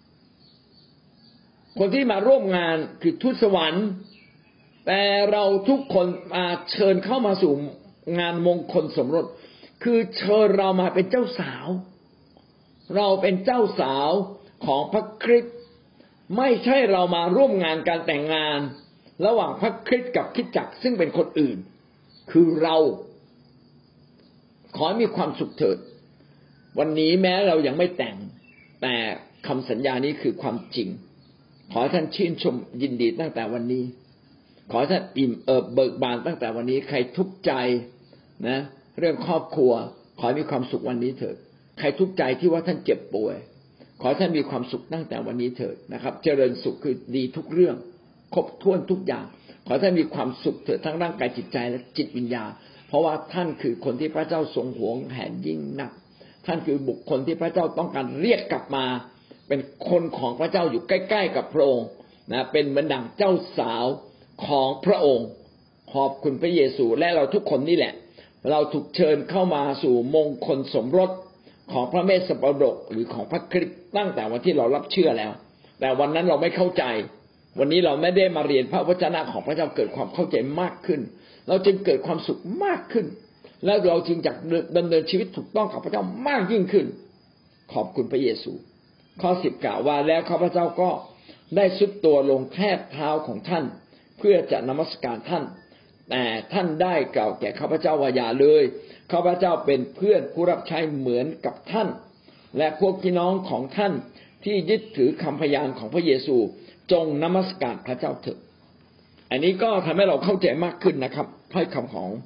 คนที่มาร่วมงานคือทูตสวรรค์แต่เราทุกคนมาเชิญเข้ามาสู่งานมงคลสมรสคือเชิญเรามาเป็นเจ้าสาวเราเป็นเจ้าสาวของพระคริสต์ไม่ใช่เรามาร่วมงานการแต่งงานระหว่างพระคริสต์กับคริสตจักรซึ่งเป็นคนอื่นคือเราขอมีความสุขเถิดวันนี้แม้เรายังไม่แต่งแต่คำสัญญานี้คือความจริงขอท่านชื่นชมยินดีตั้งแต่วันนี้ขอท่านอิ่มเอิบเบิกบานตั้งแต่วันนี้ใครทุกข์ใจนะเรื่องครอบครัวขอมีความสุขวันนี้เถิดใครทุกข์ใจที่ว่าท่านเจ็บป่วยขอท่านมีความสุขตั้งแต่วันนี้เถิดนะครับเจริญสุขคือดีทุกเรื่องครบถ้วนทุกอย่างขอท่านมีความสุขเถิดทั้งร่างกายจิตใจและจิตวิญญาณเพราะว่าท่านคือคนที่พระเจ้าทรงหวงแหนยิ่งนักท่านคือบุคคลที่พระเจ้าต้องการเรียกกลับมาเป็นคนของพระเจ้าอยู่ใกล้ๆกับพระองค์นะเป็นเหมือนดั่งเจ้าสาวของพระองค์ขอบคุณพระเยซูและเราทุกคนนี่แหละเราถูกเชิญเข้ามาสู่มงคลสมรสของพระเมสสปฎกหรือของพระคริสต์ตั้งแต่วันที่เรารับเชื่อแล้วแต่วันนั้นเราไม่เข้าใจวันนี้เราไม่ได้มาเรียนพระวจนะของพระเจ้าเกิดความเข้าใจมากขึ้นเราจึงเกิดความสุขมากขึ้นแล้วเราจึงจะดำเนินชีวิตถูกต้องกับพระเจ้ามากยิ่งขึ้นขอบคุณพระเยซูข้อสิบกล่าวว่าแล้วข้าพเจ้าก็ได้ทรุดตัวลงแทบเท้าของท่านเพื่อจะนมัสการท่านแต่ท่านได้กล่าวแก่ข้าพเจ้าว่าอย่าเลยข้าพเจ้าเป็นเพื่อนผู้รับใช้เหมือนกับท่านและพวกพี่น้องของท่านที่ยึดถือคำพยานของพระเยซูจงนมัสการพระเจ้าเถิดอันนี้ก็ทำให้เราเข้าใจมากขึ้นนะครับถ้อยคำของ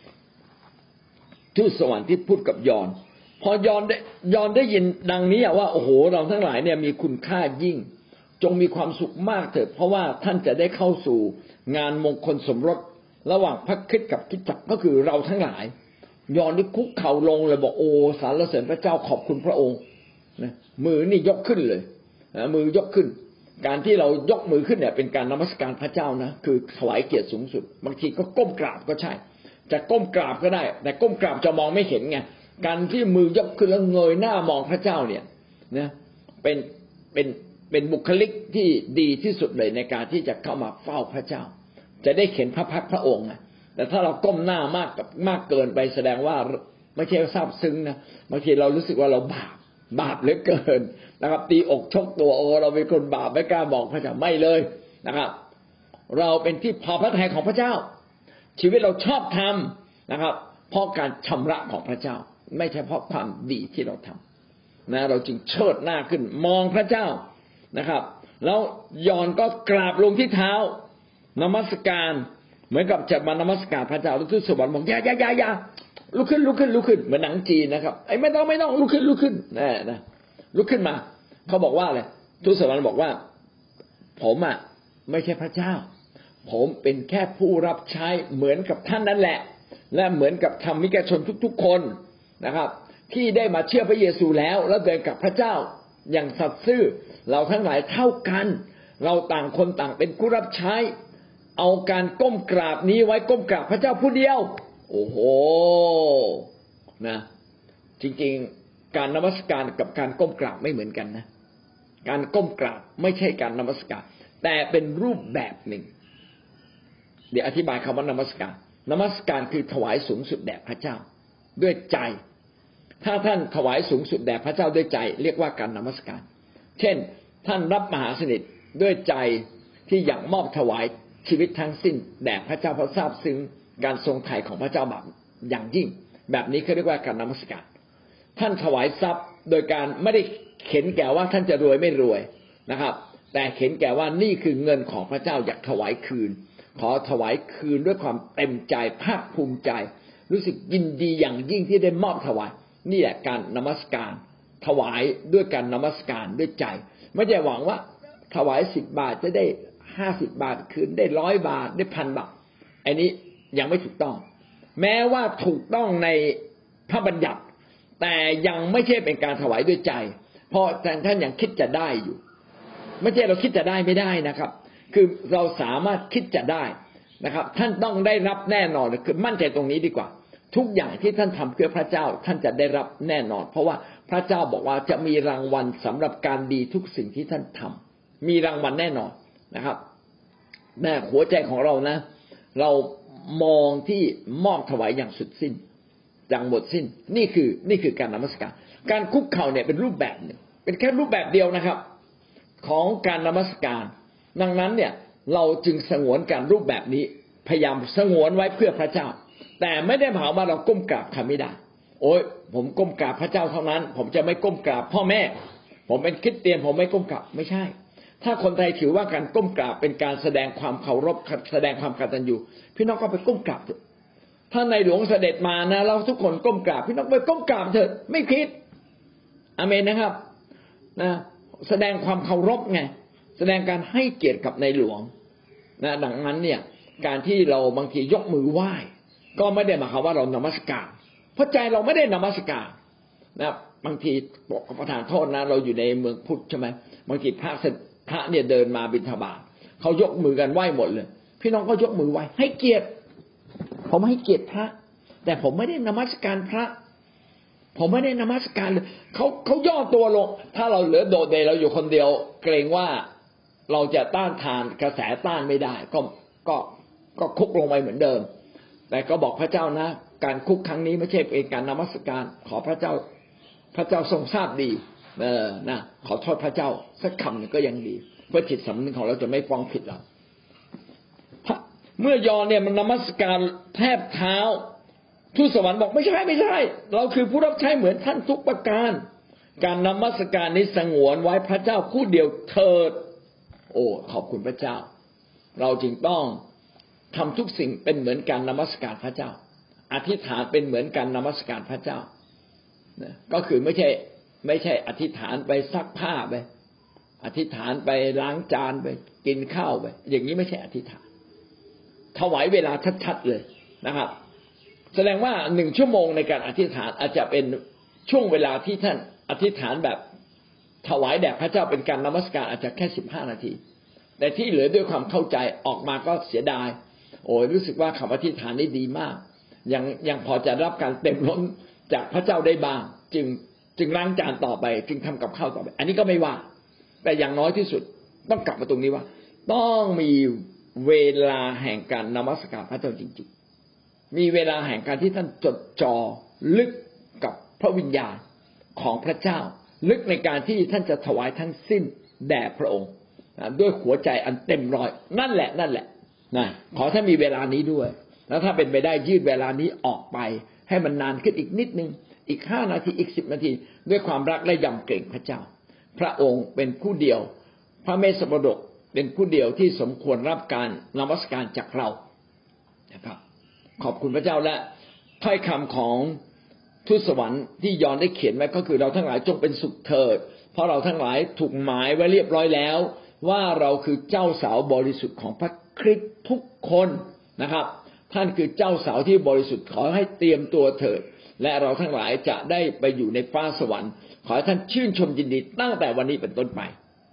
ทูตสวรรค์ที่พูดกับยอห์นพอยอห์นได้ยอห์นได้ยินดังนี้ว่าโอ้โหเราทั้งหลายเนี่ยมีคุณค่ายิ่งจงมีความสุขมากเถิดเพราะว่าท่านจะได้เข้าสู่งานมงคลสมรสระหว่างพระคริสต์กับคริสตจักรก็คือเราทั้งหลายยอห์นนี่คุกเข่าลงเลยบอกโอ้สรรเสริญพระเจ้าขอบคุณพระองค์นะมือนี่ยกขึ้นเลยนะมือยกขึ้นการที่เรายกมือขึ้นเนี่ยเป็นการนมัสการพระเจ้านะคือถวายเกียรติสูงสุดบางทีก็ก้มกราบก็ใช่จะก้มกราบก็ได้แต่ก้มกราบจะมองไม่เห็นไงการที่มือยกขึ้นแล้วเงยหน้ามองพระเจ้าเนี่ยนะเป็นเป็นเป็นบุคลิกที่ดีที่สุดเลยในการที่จะเข้ามาเฝ้าพระเจ้าจะได้เห็นพระพักตร์พระองค์นะแต่ถ้าเราก้มหน้ามากกับมากเกินไปแสดงว่าไม่ใช่ซาบซึ้งนะบางทีเรารู้สึกว่าเราบาปบาปเหลือเกินนะครับตีอกชกตัวโอ้เราเป็นคนบาปไม่กล้าบอกพระเจ้าไม่เลยนะครับเราเป็นที่พอพระทัยของพระเจ้าชีวิตเราชอบทำนะครับเพราะการชำระของพระเจ้าไม่ใช่เพราะความดีที่เราทำนะเราจึงเชิดหน้าขึ้นมองพระเจ้านะครับแล้วยอห์นก็กราบลงที่เท้านมัสการเหมือนกับจะมานมัสการพระเจ้าแล้วทูตสวรรค์บอกอย่าอย่าอย่าอย่าลุกขึ้นลุกขึ้นลุกขึ้นเหมือนหนังจีนนะครับไอ้ไม่ต้องไม่ต้องลุกขึ้นลุกขึ้นนะนะลุกขึ้นมาเขาบอกว่าอะไรทูตสวรรค์บอกว่าผมอ่ะไม่ใช่พระเจ้าผมเป็นแค่ผู้รับใช้เหมือนกับท่านนั่นแหละและเหมือนกับธรรมิกชนทุกๆคนนะครับที่ได้มาเชื่อพระเยซูแล้วแล้วเดินกับพระเจ้าอย่างสัตย์ซื่อเราทั้งหลายเท่ากันเราต่างคนต่างเป็นผู้รับใช้เอาการก้มกราบนี้ไว้ก้มกราบพระเจ้าผู้เดียวโอ้โหนะจริงๆการนมัสการกับการก้มกราบไม่เหมือนกันนะการก้มกราบไม่ใช่การนมัสการแต่เป็นรูปแบบหนึ่งเดี๋ยวอธิบายคำว่านมัสการนมัสการคือถวายสูงสุดแด่พระเจ้าด้วยใจถ้าท่านถวายสูงสุดแด่พระเจ้าด้วยใจเรียกว่าการนมัสการเช่นท่านรับมหาสนิทด้วยใจที่อยากมอบถวายชีวิตทั้งสิ้นแด่พระเจ้าเพราะทราบซึ้งการทรงไถ่ของพระเจ้าแบบอย่างยิ่งแบบนี้เขาเรียกว่าการนมัสการท่านถวายทรัพย์โดยการไม่ได้เข็นแก่ว่าท่านจะรวยไม่รวยนะครับแต่เข็นแก่ว่านี่คือเงินของพระเจ้าอยากถวายคืนขอถวายคืนด้วยความเต็มใจภาคภูมิใจรู้สึกยินดีอย่างยิ่งที่ได้มอบถวายนี่แหละการนมัสการถวายด้วยการนมัสการด้วยใจไม่ได้หวังว่าถวายสิบบาทจะได้ห้าสิบบาทคืนได้ร้อยบาทได้พันบาทอันนี้ยังไม่ถูกต้องแม้ว่าถูกต้องในพระบัญญัติแต่ยังไม่ใช่เป็นการถวายด้วยใจเพราะท่านยังคิดจะได้อยู่ไม่ใช่เราคิดจะได้ไม่ได้นะครับคือเราสามารถคิดจะได้นะครับท่านต้องได้รับแน่นอนคือมั่นใจตรงนี้ดีกว่าทุกอย่างที่ท่านทำเพื่อพระเจ้าท่านจะได้รับแน่นอนเพราะว่าพระเจ้าบอกว่าจะมีรางวัลสำหรับการดีทุกสิ่งที่ท่านทำมีรางวัลแน่นอนนะครับแม่หัวใจของเรานะเรามองที่มอบถวายอย่างสุดสิ้นอย่างหมดสิ้นนี่คือนี่คือการนมัสการการคุกเข่าเนี่ยเป็นรูปแบบหนึ่งเป็นแค่รูปแบบเดียวนะครับของการนมัสการดังนั้นเนี่ยเราจึงสงวนการรูปแบบนี้พยายามสงวนไว้เพื่อพระเจ้าแต่ไม่ได้หมายว่าเราก้มกราบทำไม่ได้โอ้ยผมก้มกราบพระเจ้าเท่านั้นผมจะไม่ก้มกราบพ่อแม่ผมเป็นคริสเตียนผมไม่ก้มกราบไม่ใช่ถ้าคนไทยถือว่าการก้มกราบเป็นการแสดงความเคารพแสดงความกตัญญูพี่น้องก็ไปก้มกราบเถอะถ้าในหลวงเสด็จมานะเราทุกคนก้มกราบพี่น้องไปก้มกราบเถอะไม่คิดอาเมนนะครับนะแสดงความเคารพไงแสดงการให้เกียรติกับในหลวงนะดังนั้นเนี่ยการที่เราบางทียกมือไหว้ก็ไม่ได้หมายความว่าเรานมัสการเพราะใจเราไม่ได้นมัสการนะบางทีบอกประทานโทษนะเราอยู่ในเมืองพุทธใช่ไหมบางทีพระพระเนี่ยเดินมาบิณฑบาตเขายกมือกันไหว้หมดเลยพี่น้องก็ยกมือไหว้ให้เกียรติผมให้เกียรติพระแต่ผมไม่ได้นมัสการพระผมไม่ได้นมัสการเลยเขาเขาย่อตัวลงถ้าเราเหลือโดดเดี่ยวเราอยู่คนเดียวเกรงว่าเราจะต้านทานกระแสต้านไม่ได้ก็ก็ก็คุกลงไปเหมือนเดิมแต่ก็บอกพระเจ้านะการคุกครั้งนี้ไม่ใช่เป็นการนมัสการขอพระเจ้าพระเจ้าทรงทราบดีเออนะขอโทษพระเจ้าสักคำหนึ่งก็ยังดีเพื่อจิตสำนึกของเราจะไม่ฟ้องผิดเราเมื่อยอนเนี่ยมันนมัสการแทบเท้าทูตสวรรค์บอกไม่ใช่ไม่ใช่เราคือผู้รับใช้เหมือนท่านทุกประการการนมัสการนี้สงวนไว้พระเจ้าผู้เดียวเถิดโอ้ขอบคุณพระเจ้าเราจึงต้องทำทุกสิ่งเป็นเหมือนการนมัสการพระเจ้าอธิษฐานเป็นเหมือนการนมัสการพระเจ้าก็คือไม่ใช่ไม่ใช่อธิษฐานไปซักผ้าไปอธิษฐานไปล้างจานไปกินข้าวไปอย่างนี้ไม่ใช่อธิษฐานถวายเวลาชัดๆเลยนะครับแสดงว่าหนึ่งชั่วโมงในการอธิษฐานอาจจะเป็นช่วงเวลาที่ท่านอธิษฐานแบบถวายแด่พระเจ้าเป็นการนมัสการอาจจะแค่สิบห้านาทีแต่ที่เหลือด้วยความเข้าใจออกมาก็เสียดายโอ้ยรู้สึกว่าคำอธิษฐานนี้ดีมากยังยังพอจะรับการเต็มล้นจากพระเจ้าได้บ้างจึงจึงล้างจานต่อไปจึงทำกับข้าวต่อไปอันนี้ก็ไม่ว่าแต่อย่างน้อยที่สุดต้องกลับมาตรงนี้ว่าต้องมีเวลาแห่งการนมัสการพระเจ้าจริงๆมีเวลาแห่งการที่ท่านจดจ่อลึกกับพระวิญญาณของพระเจ้าลึกในการที่ท่านจะถวายทั้งสิ้นแด่พระองค์ด้วยหัวใจอันเต็มร้อยนั่นแหละนั่นแหละนะขอถ้ามีเวลานี้ด้วยแล้วถ้าเป็นไปได้ยืดเวลานี้ออกไปให้มันนานขึ้นอีกนิดนึงอีกห้านาทีอีกสิบนาทีด้วยความรักและยำเกรงพระเจ้าพระองค์เป็นผู้เดียวพระเมสสมดกเป็นผู้เดียวที่สมควรรับการนมัสการจากเรานะครับขอบคุณพระเจ้าและถ้อยคำของทูตสวรรค์ที่ยอห์นได้เขียนไว้ก็คือเราทั้งหลายจงเป็นสุขเถิดเพราะเราทั้งหลายถูกหมายไว้เรียบร้อยแล้วว่าเราคือเจ้าสาวบริสุทธิ์ของพระคริสต์ทุกคนนะครับท่านคือเจ้าสาวที่บริสุทธิ์ขอให้เตรียมตัวเถิดและเราทั้งหลายจะได้ไปอยู่ในฟ้าสวรรค์ขอให้ท่านชื่นชมยินดีตั้งแต่วันนี้เป็นต้นไป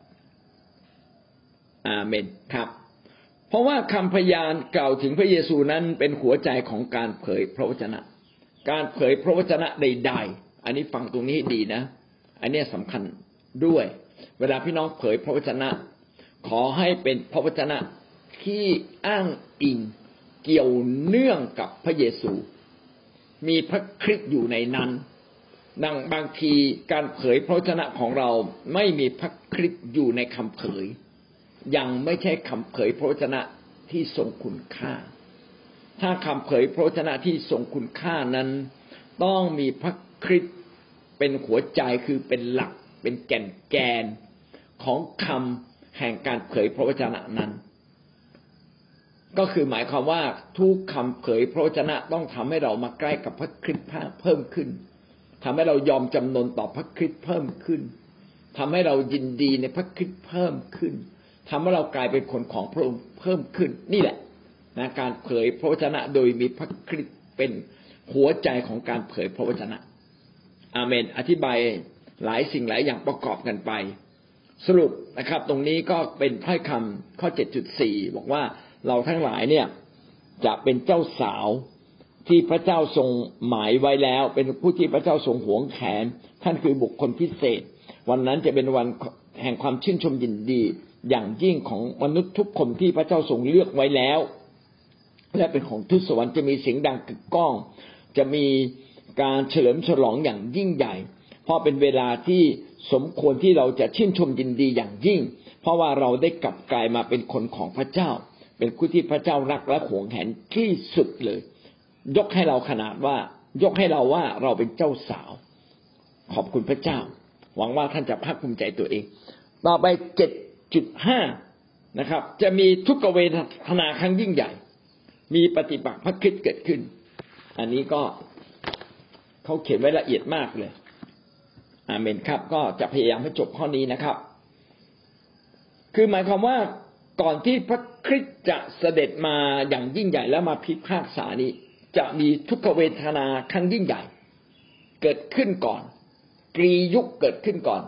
อาเมนครับเพราะว่าคำพยานกล่าวถึงพระเยซูนั้นเป็นหัวใจของการเผยพระวจนะการเผยพระวจนะใดๆอันนี้ฟังตรงนี้ให้ดีนะอันนี้สำคัญด้วยเวลาพี่น้องเผยพระวจนะขอให้เป็นพระวจนะที่อ้างอิงเกี่ยวเนื่องกับพระเยซูมีพระคริสต์อยู่ในนั้นดังบางทีการเผยพระวจนะของเราไม่มีพระคริสต์อยู่ในคำเผยยังไม่ใช่คำเผยพระวจนะที่ทรงคุณค่าถ้าคำเผยพระวจนะที่ทรงคุณค่านั้นต้องมีพระคริสต์เป็นหัวใจคือเป็นหลักเป็นแก่นแกนของคำแห่งการเผยพระวจนะนั้นก็คือหมายความว่าทุกคำเผยพระวจนะต้องทำให้เรามาใกล้กับพระคริสต์เพิ่มขึ้นทำให้เรายอมจำนนต่อพระคริสต์เพิ่มขึ้นทำให้เรายินดีในพระคริสต์เพิ่มขึ้นทำให้เรากลายเป็นคนของพระองค์เพิ่มขึ้นนี่แหละนะการเผยพระวจนะโดยมีพระคริสต์เป็นหัวใจของการเผยพระวจนะอาเมนอธิบายหลายสิ่งหลายอย่างประกอบกันไปสรุปนะครับตรงนี้ก็เป็นถ้อยคำข้อ เจ็ดจุดสี่ บอกว่าเราทั้งหลายเนี่ยจะเป็นเจ้าสาวที่พระเจ้าทรงหมายไว้แล้วเป็นผู้ที่พระเจ้าทรงหวงแขนท่านคือบุคคลพิเศษวันนั้นจะเป็นวันแห่งความชื่นชมยินดีอย่างยิ่งของมนุษย์ทุกคนที่พระเจ้าทรงเลือกไว้แล้วและเป็นของทูตสวรรค์จะมีเสียงดังกึกก้องจะมีการเฉลิมฉลองอย่างยิ่งใหญ่เพราะเป็นเวลาที่สมควรที่เราจะชื่นชมยินดีอย่างยิ่งเพราะว่าเราได้กลับกลายมาเป็นคนของพระเจ้าเป็นผู้ที่พระเจ้ารักและหวงแหนที่สุดเลยยกให้เราขนาดว่ายกให้เราว่าเราเป็นเจ้าสาวขอบคุณพระเจ้าหวังว่าท่านจะภาคภูมิใจตัวเองต่อไป เจ็ดจุดห้า นะครับจะมีทุกขเวทนาครั้งยิ่งใหญ่มีปฏิปักษ์พระคริสต์เกิดขึ้นอันนี้ก็เขาเขียนไว้ละเอียดมากเลยอาเมนครับก็จะพยายามให้จบข้อนี้นะครับคือหมายความว่าก่อนที่พระคริสต์จะเสด็จมาอย่างยิ่งใหญ่แล้วมาพิพากษานี้จะมีทุกขเวทนาครั้งยิ่งใหญ่เกิดขึ้นก่อนกรียุคเกิดขึ้นก่อน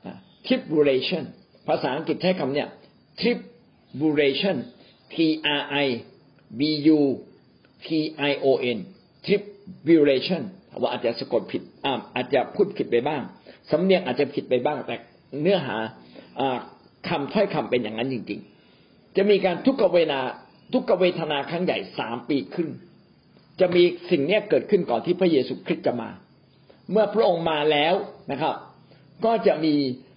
tribulation ภาษาอังกฤษใช้คำเนี้ย tribulation T R I B U T I O N tribulation ว่าอาจจะสะกดผิดอ่าอาจจะพูดผิดไปบ้างสำเนียงอาจจะผิดไปบ้างแต่เนื้อหาคำถ้อยคำเป็นอย่างนั้นจริงๆจะมีการทุกขเวทนาทุกขเวทนาครั้งใหญ่สามปีครึ่งจะมีสิ่งนี้เกิดขึ้นก่อนที่พระเยซูคริสต์จะมาเมื่อพระองค์มาแล้วนะครับก็จะมี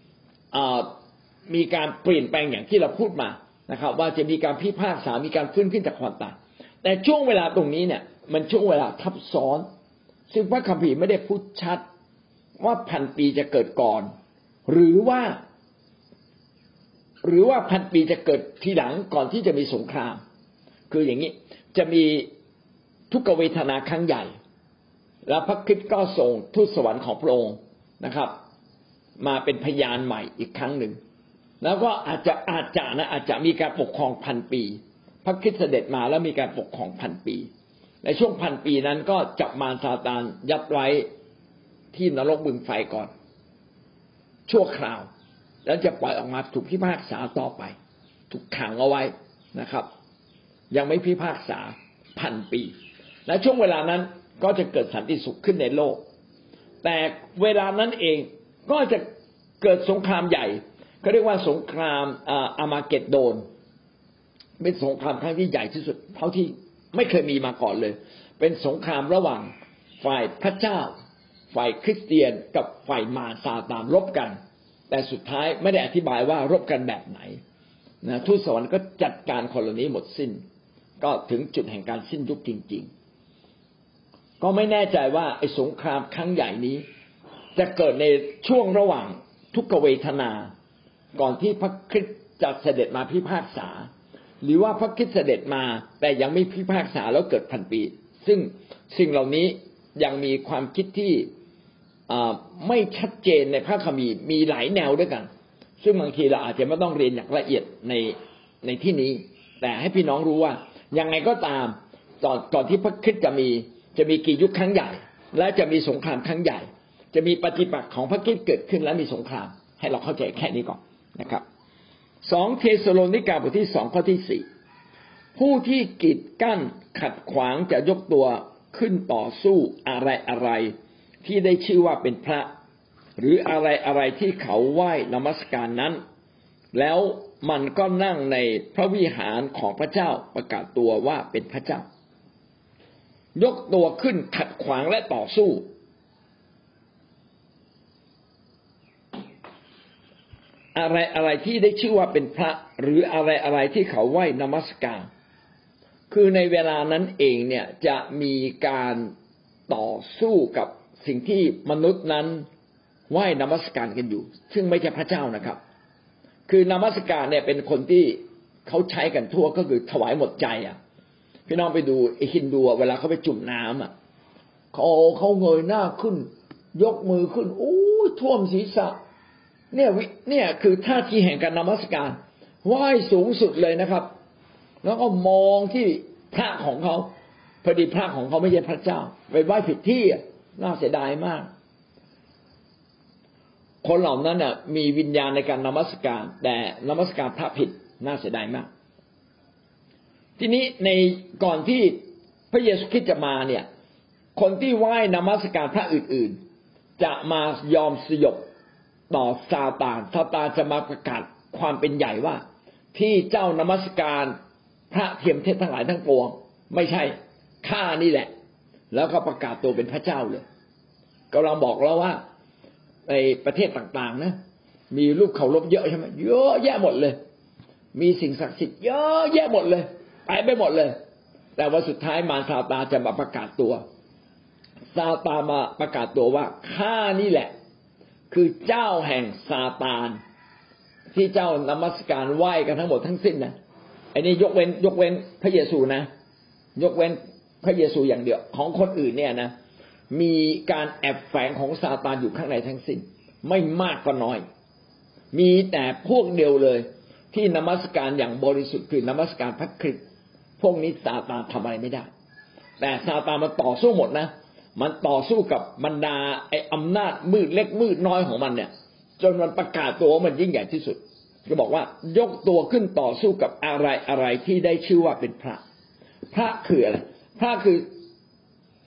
มีการเปลี่ยนแปลงอย่างที่เราพูดมานะครับว่าจะมีการพิพากษามีการฟื้นขึ้นจากความตายแต่ช่วงเวลาตรงนี้เนี่ยมันช่วงเวลาทับซ้อนซึ่งพระคัมภีร์ไม่ได้พูดชัดว่าพันปีจะเกิดก่อนหรือว่าหรือว่าพันปีจะเกิดทีหลังก่อนที่จะมีสงครามคืออย่างนี้จะมีทุกขเวทนาครั้งใหญ่แล้วพระคริสต์ก็ส่งทูตสวรรค์ของพระองค์นะครับมาเป็นพยานใหม่อีกครั้งหนึ่งแล้วก็อาจจะอาจจะนะอาจจะมีการปกครองพันปีพระคริสต์เสด็จมาแล้วมีการปกครองพันปีในช่วงพันปีนั้นก็จับมารซาตานยัดไว้ที่นรกบึงไฟก่อนชั่วคราวแล้วจะปล่อยออกมาถูกพิพากษาต่อไปถูกขังเอาไว้นะครับยังไม่พิพากษาพันปีและช่วงเวลานั้นก็จะเกิดสันติสุขขึ้นในโลกแต่เวลานั้นเองก็จะเกิดสงครามใหญ่เขาเรียกว่าสงครามอามาเกดโดนเป็นสงครามครั้งที่ใหญ่ที่สุดเท่าที่ไม่เคยมีมาก่อนเลยเป็นสงครามระหว่างฝ่ายพระเจ้าฝ่ายคริสเตียนกับฝ่ายมารซาตานรบกันแต่สุดท้ายไม่ได้อธิบายว่ารบกันแบบไหนนะทูตสวรรค์ก็จัดการคนเหล่านี้หมดสิ้นก็ถึงจุดแห่งการสิ้นยุคจริงๆก็ไม่แน่ใจว่าไอ้สงครามครั้งใหญ่นี้จะเกิดในช่วงระหว่างทุกขเวทนาก่อนที่พระคริสต์จะเสด็จมาพิพากษาหรือว่าพระคริสต์เสด็จมาแต่ยังไม่พิพากษาแล้วเกิดพันปีซึ่งสิ่งเหล่านี้ยังมีความคิดที่ไม่ชัดเจนในพระคัมภีร์มีหลายแนวด้วยกันซึ่งบางทีเราอาจจะไม่ต้องเรียนอย่างละเอียดในในที่นี้แต่ให้พี่น้องรู้ว่ายังไงก็ตามก่อนก่อนที่พระคริสต์จะมีจะมีกี่ยุคครั้งใหญ่และจะมีสงครามครั้งใหญ่จะมีปฏิปักษ์ของพระคริสต์เกิดขึ้นและมีสงครามให้เราเข้าใจแค่นี้ก่อนนะครับสองเธสโลนิกาบทที่สองข้อที่สี่ผู้ที่กีดกั้นขัดขวางจะยกตัวขึ้นต่อสู้อะไรอะไรที่ได้ชื่อว่าเป็นพระหรืออะไรอะไรที่เขาไหว้นมัสการนั้นแล้วมันก็นั่งในพระวิหารของพระเจ้าประกาศตัวว่าเป็นพระเจ้ายกตัวขึ้นขัดขวางและต่อสู้อะไรอะไรที่ได้ชื่อว่าเป็นพระหรืออะไรอะไรที่เขาไหว้นมัสการคือในเวลานั้นเองเนี่ยจะมีการต่อสู้กับสิ่งที่มนุษย์นั้นไหว้นมัสการกันอยู่ซึ่งไม่ใช่พระเจ้านะครับคือนมัสการเนี่ยเป็นคนที่เขาใช้กันทั่วก็คือถวายหมดใจอ่ะพี่น้องไปดูไอ้ฮินดูเวลาเขาไปจุ่มน้ำอ่ะเขาเขาเงยหน้าขึ้นยกมือขึ้นโอ้ท่วมศีรษะเนี่ยเนี่ยคือท่าทีแห่งการนมัสการไหว้สูงสุดเลยนะครับแล้วก็มองที่พระของเขาพอดีพระของเขาไม่ใช่พระเจ้าไปไหว้ผิดที่น่าเสียดายมากคนเหล่านั้นน่ะมีวิญญาณในการนมัสการแต่นมัสการพระผิดน่าเสียดายมากทีนี้ในก่อนที่พระเยซูคริสต์จะมาเนี่ยคนที่ไหว้นมัสการพระอื่นๆจะมายอมสยบต่อซาตานซาตานจะมาประกาศความเป็นใหญ่ว่าที่เจ้านมัสการพระเทียมเทพทั้งหลายทั้งปวงไม่ใช่ข้านี่แหละแล้วก็ประกาศตัวเป็นพระเจ้าเลยก็เราบอกแล้วว่าในประเทศต่างๆนะมีรูปเคารพเยอะใช่ไหมเยอะแยะหมดเลยมีสิ่งศักดิ์สิทธิ์เยอะแยะหมดเลยไปไปหมดเลยแต่ว่าสุดท้ายมารซาตานจะมาประกาศตัวซาตานมาประกาศตัวว่าข้านี่แหละคือเจ้าแห่งซาตานที่เจ้านมัสการไหว้กันทั้งหมดทั้งสิ้นนะไอ้นี่ยกเว้นยกเว้นพระเยซูนะยกเว้นพระเยซูอย่างเดียวของคนอื่นเนี่ยนะมีการแอบแฝงของซาตานอยู่ข้างในทั้งสิ้นไม่มากก็น้อยมีแต่พวกเดียวเลยที่นมัสการอย่างบริสุทธิ์คือนมัสการพระคริสต์พวกนี้ซาตานทำอะไรไม่ได้แต่ซาตานมันต่อสู้หมดนะมันต่อสู้กับบรรดาไอ้อำนาจมืดเล็กมืดน้อยของมันเนี่ยจนมันประกาศตัวว่ามันยิ่งใหญ่ที่สุดก็บอกว่ายกตัวขึ้นต่อสู้กับอะไรอะไรที่ได้ชื่อว่าเป็นพระพระคืออะไรพระคือ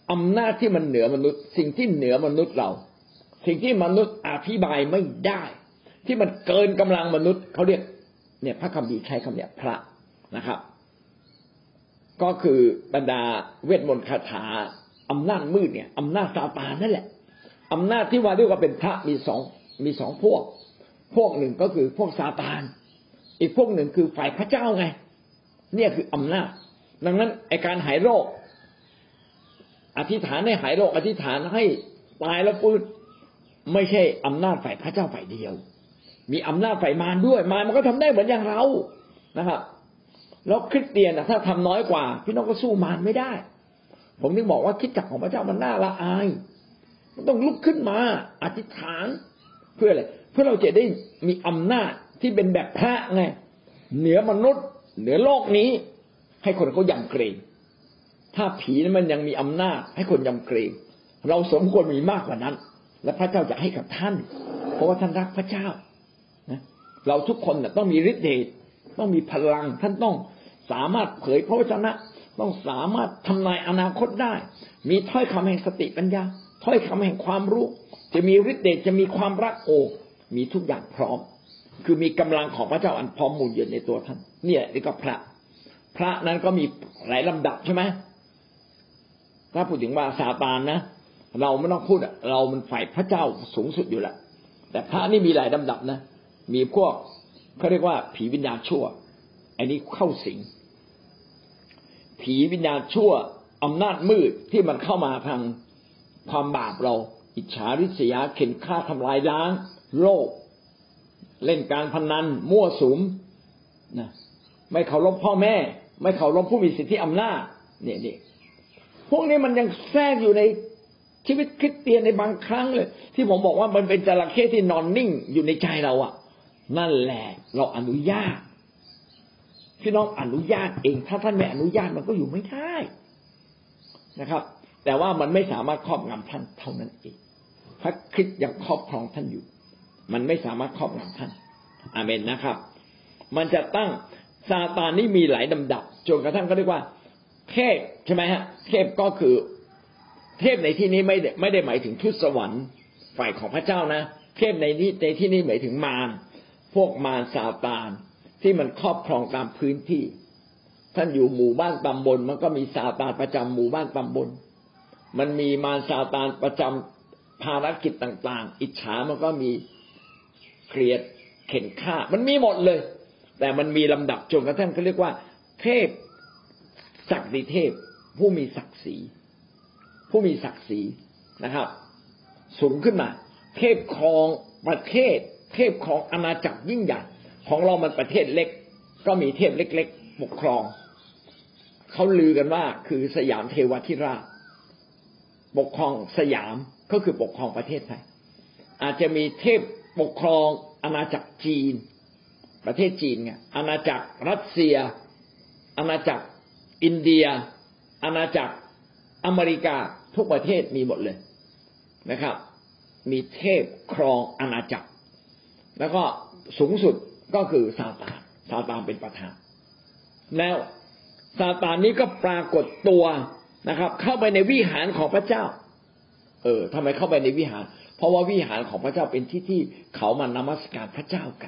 อำนาจที่มันเหนือมนุษย์สิ่งที่เหนือมนุษย์เราสิ่งที่มนุษย์อธิบายไม่ได้ที่มันเกินกำลังมนุษย์เขาเรียกเนี่ยพระคัมภีร์ใช้คำเนี่ยพระนะครับก็คือบรรดาเวทมนต์คาถาอำนาจมืดเนี่ยอำนาจซาตานนั่นแหละอำนาจที่ว่าเรียกว่าเป็นพระมีสองมีสองพวกพวกหนึ่งก็คือพวกซาตานอีกพวกหนึ่งคือฝ่ายพระเจ้าไงเนี่ยคืออำนาจดังนั้นไอการหายโรคอธิษฐานให้หายโรคอธิษฐานให้ตายแล้วฟื้นไม่ใช่อำนาจฝ่ายพระเจ้าฝ่ายเดียวมีอำนาจฝ่ายมารด้วยมารมันก็ทำได้เหมือนอย่างเรานะครับแล้วคริสเตียนนะถ้าทำน้อยกว่าพี่น้องก็สู้มารไม่ได้ผมถึงบอกว่าคริสตจักรของพระเจ้ามันน่าละอายมันต้องลุกขึ้นมาอธิษฐานเพื่ออะไรเพื่อเราจะได้มีอำนาจที่เป็นแบบพระไงเหนือมนุษย์เหนือโลกนี้ให้คนเขายำเกรงถ้าผีนั้นมันยังมีอำนาจให้คนยำเกรงเราสมควรมีมากกว่านั้นและพระเจ้าจะให้กับท่านเพราะว่าท่านรักพระเจ้านะเราทุกคนน่ะต้องมีฤทธิ์เดชต้องมีพลังท่านต้องสามารถเผยพระวจนะต้องสามารถทำนายอนาคตได้มีถ้อยคำแห่งสติปัญญาถ้อยคำแห่งความรู้จะมีฤทธิ์เดชจะมีความรักโอมีทุกอย่างพร้อมคือมีกำลังของพระเจ้าอันพร้อมมูลอยู่ในตัวท่านเนี่ยนี่ก็พระพระนั้นก็มีหลายลำดับใช่ไหมถ้าพูดถึงว่าซาตานนะเราไม่ต้องพูดเรามันฝ่ายพระเจ้าสูงสุดอยู่แล้วแต่พระนี่มีหลายลำดับนะมีพวกเขาเรียกว่าผีวิญญาณชั่วอันนี้เข้าสิงผีวิญญาณชั่วอำนาจมืดที่มันเข้ามาทางความบาปเราอิจฉาริษยาเข็นฆ่าทำลายล้างโลกเล่นการพนันมั่วสุมนะไม่เคารพพ่อแม่ไม่เคารพผู้มีสิทธิอำนาจเนี่ยนี่พวกนี้มันยังแทรกอยู่ในชีวิตคริสเตียนในบางครั้งเลยที่ผมบอกว่ามันเป็นจระเข้ที่นอนนิ่งอยู่ในใจเราอ่ะนั่นแหละเราอนุญาตพี่น้องอนุญาตเองถ้าท่านไม่อนุญาตมันก็อยู่ไม่ได้นะครับแต่ว่ามันไม่สามารถครอบงำท่านเท่านั้นเองพระคริสต์ยังครอบครองท่านอยู่มันไม่สามารถครอบงำท่านอาเมนนะครับมันจะตั้งซาตานนี่มีหลายลำดับจนกระทั่งก็เรียกว่าเทพใช่ไหมฮะเทพก็คือเทพในที่นี้ไม่ได้ไม่ได้หมายถึงทูตสวรรค์ฝ่ายของพระเจ้านะเทพในที่ในที่นี้หมายถึงมารพวกมารซาตานที่มันครอบครองตามพื้นที่ท่านอยู่หมู่บ้านตำบลมันก็มีซาตานประจำหมู่บ้านตำบลมันมีมารซาตานประจำภารกิจต่างๆอิจฉามันก็มีเกลียดเข็นฆ่ามันมีหมดเลยแต่มันมีลำดับจนกระทั่งเขาเรียกว่าเทพศักดิเทพผู้มีศักดิ์ศรีผู้มีศักดิ์ศรีนะครับสูงขึ้นมาเทพครองประเทศเทพครองอาณาจักรยิ่งใหญ่ของเรามันประเทศเล็กก็มีเทพเล็กๆปกครองเขาลือกันว่าคือสยามเทวทิราชปกครองสยามก็คือปกครองประเทศไทยอาจจะมีเทพปกครองอาณาจักรจีนประเทศจีนไงอาณาจักรรัสเซียอาณาจักรอินเดียอาณาจักรอเมริกาทุกประเทศมีหมดเลยนะครับมีเทพครองอาณาจักรแล้วก็สูงสุดก็คือซาตานซาตานเป็นประธานแล้วซาตานนี้ก็ปรากฏตัวนะครับเข้าไปในวิหารของพระเจ้าเออทำไมเข้าไปในวิหารเพราะว่าวิหารของพระเจ้าเป็นที่ที่เขามานมัสการพระเจ้ากัน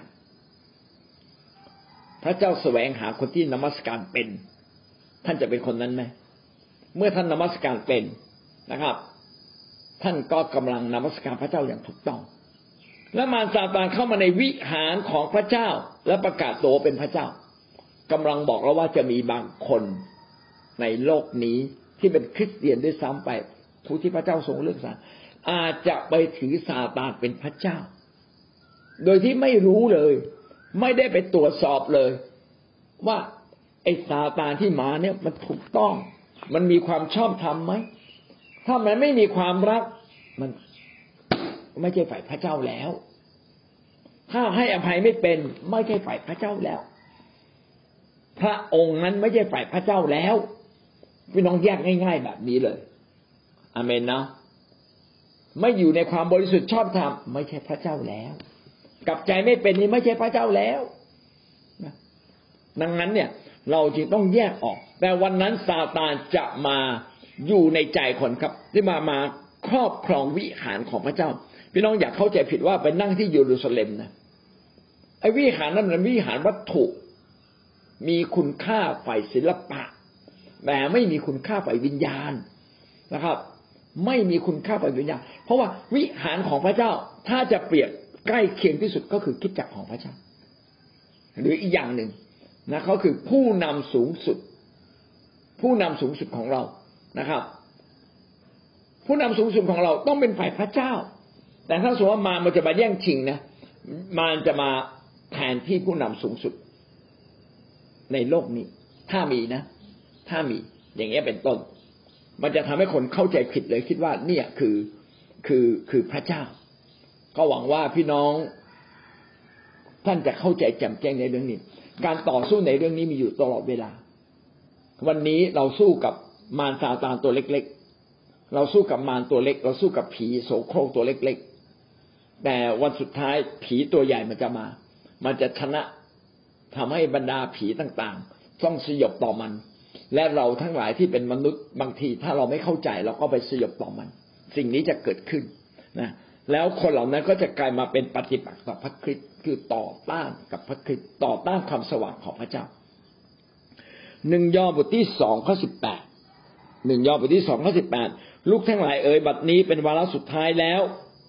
พระเจ้าแสวงหาคนที่นมัสการเป็นท่านจะเป็นคนนั้นไหมเมื่อท่านนมัสการเป็นนะครับท่านก็กำลังนมัสการพระเจ้าอย่างถูกต้องและมารซาตานเข้ามาในวิหารของพระเจ้าและประกาศตัวเป็นพระเจ้ากำลังบอกเราว่าจะมีบางคนในโลกนี้ที่เป็นคริสเตียนด้วยซ้ำไปผู้ที่พระเจ้าทรงเลือกสรรอาจจะไปถือซาตานเป็นพระเจ้าโดยที่ไม่รู้เลยไม่ได้ไปตรวจสอบเลยว่าไอ้ซาตานที่มาเนี่ยมันถูกต้องมันมีความชอบธรรมไหมถ้ามันไม่มีความรักมันไม่ใช่ฝ่ายพระเจ้าแล้วถ้าให้อภัยไม่เป็นไม่ใช่ฝ่ายพระเจ้าแล้วพระองค์นั้นไม่ใช่ฝ่ายพระเจ้าแล้วพี่น้องแยกง่ายๆแบบนี้เลยอาเมนนะไม่อยู่ในความบริสุทธิ์ชอบธรรมไม่ใช่พระเจ้าแล้วกลับใจไม่เป็นนี่ไม่ใช่พระเจ้าแล้วดังนั้นเนี่ยเราจึงต้องแยกออกแต่วันนั้นซาตานจะมาอยู่ในใจคนครับที่มามาครอบครองวิหารของพระเจ้าพี่น้องอย่าเข้าใจผิดว่าไปนั่งที่เยรูซาเล็มนะไอ้วิหารนั้นมันวิหารวัตถุมีคุณค่าฝ่ายศิลปะแต่ไม่มีคุณค่าฝ่ายวิญญาณนะครับไม่มีคุณค่าฝ่ายวิญญาณเพราะว่าวิหารของพระเจ้าถ้าจะเปรียบใกล้เคียงที่สุดก็คือคริสตจักรของพระเจ้าหรืออีกอย่างหนึ่งนะเขาคือผู้นำสูงสุดผู้นำสูงสุดของเรานะครับผู้นำสูงสุดของเราต้องเป็นฝ่ายพระเจ้าแต่ถ้าสมมติว่ามารมันจะมาแย่งชิงนะมารจะมาแทนที่ผู้นำสูงสุดในโลกนี้ถ้ามีนะถ้ามีอย่างเงี้ยเป็นต้นมันจะทำให้คนเข้าใจผิดเลยคิดว่าเนี่ยคือคือคือพระเจ้าก็หวังว่าพี่น้องท่านจะเข้าใจแจ่มแจ้งในเรื่องนี้การต่อสู้ในเรื่องนี้มีอยู่ตลอดเวลาวันนี้เราสู้กับมารซาตานตัวเล็กๆเราสู้กับมารตัวเล็กเราสู้กับผีโสโครกตัวเล็กๆแต่วันสุดท้ายผีตัวใหญ่มันจะมามันจะชนะทำให้บรรดาผีต่างๆต้องสยบต่อมันและเราทั้งหลายที่เป็นมนุษย์บางทีถ้าเราไม่เข้าใจเราก็ไปสยบต่อมันสิ่งนี้จะเกิดขึ้นนะแล้วคนเหล่านั้นก็จะกลายมาเป็นปฏิปักษ์ต่อพระคริสต์คือต่อต้านกับพระคริสต์ต่อต้านความสว่างของพระเจ้าหนึ่งยอห์นบทที่สองข้อสิบแปดหนึ่งยอห์นบทที่สองข้อสิบแปดลูกทั้งหลายเอ๋ยบัดนี้เป็นวาระสุดท้ายแล้ว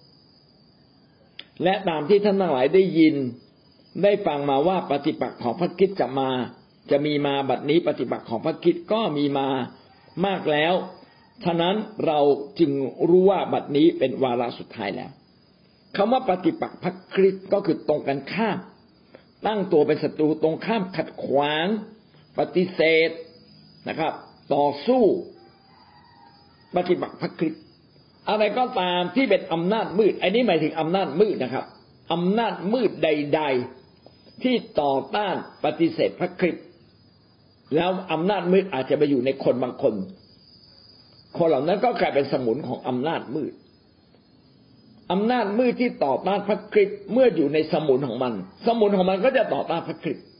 และตามที่ท่านทั้งหลายได้ยินได้ฟังมาว่าปฏิปักษ์ของพระคริสต์จะมาจะมีมาบัดนี้ปฏิปักษ์ของพระคริสต์ก็มีมามากแล้วฉะนั้นเราจึงรู้ว่าบัดนี้เป็นวาระสุดท้ายแล้วคำว่าปฏิปักษ์พระคริสต์ก็คือตรงกันข้ามตั้งตัวเป็นศัตรูตรงข้ามขัดขวางปฏิเสธนะครับต่อสู้ปฏิปักษ์พระคริสต์อะไรก็ตามที่เป็นอำนาจมืดอันนี้หมายถึงอำนาจมืดนะครับอำนาจมืดใดๆที่ต่อต้านปฏิเสธพระคริสต์แล้วอำนาจมืดอาจจะไปอยู่ในคนบางคนคนเหล่านั้นก็กลายเป็นสมุนของอำนาจมืดอำนาจมืดที่ต่อต้านพระคริสต์เมื่ออยู่ในสมุนของมันสมุนของมันก็จะต่อต้านพระคริสต์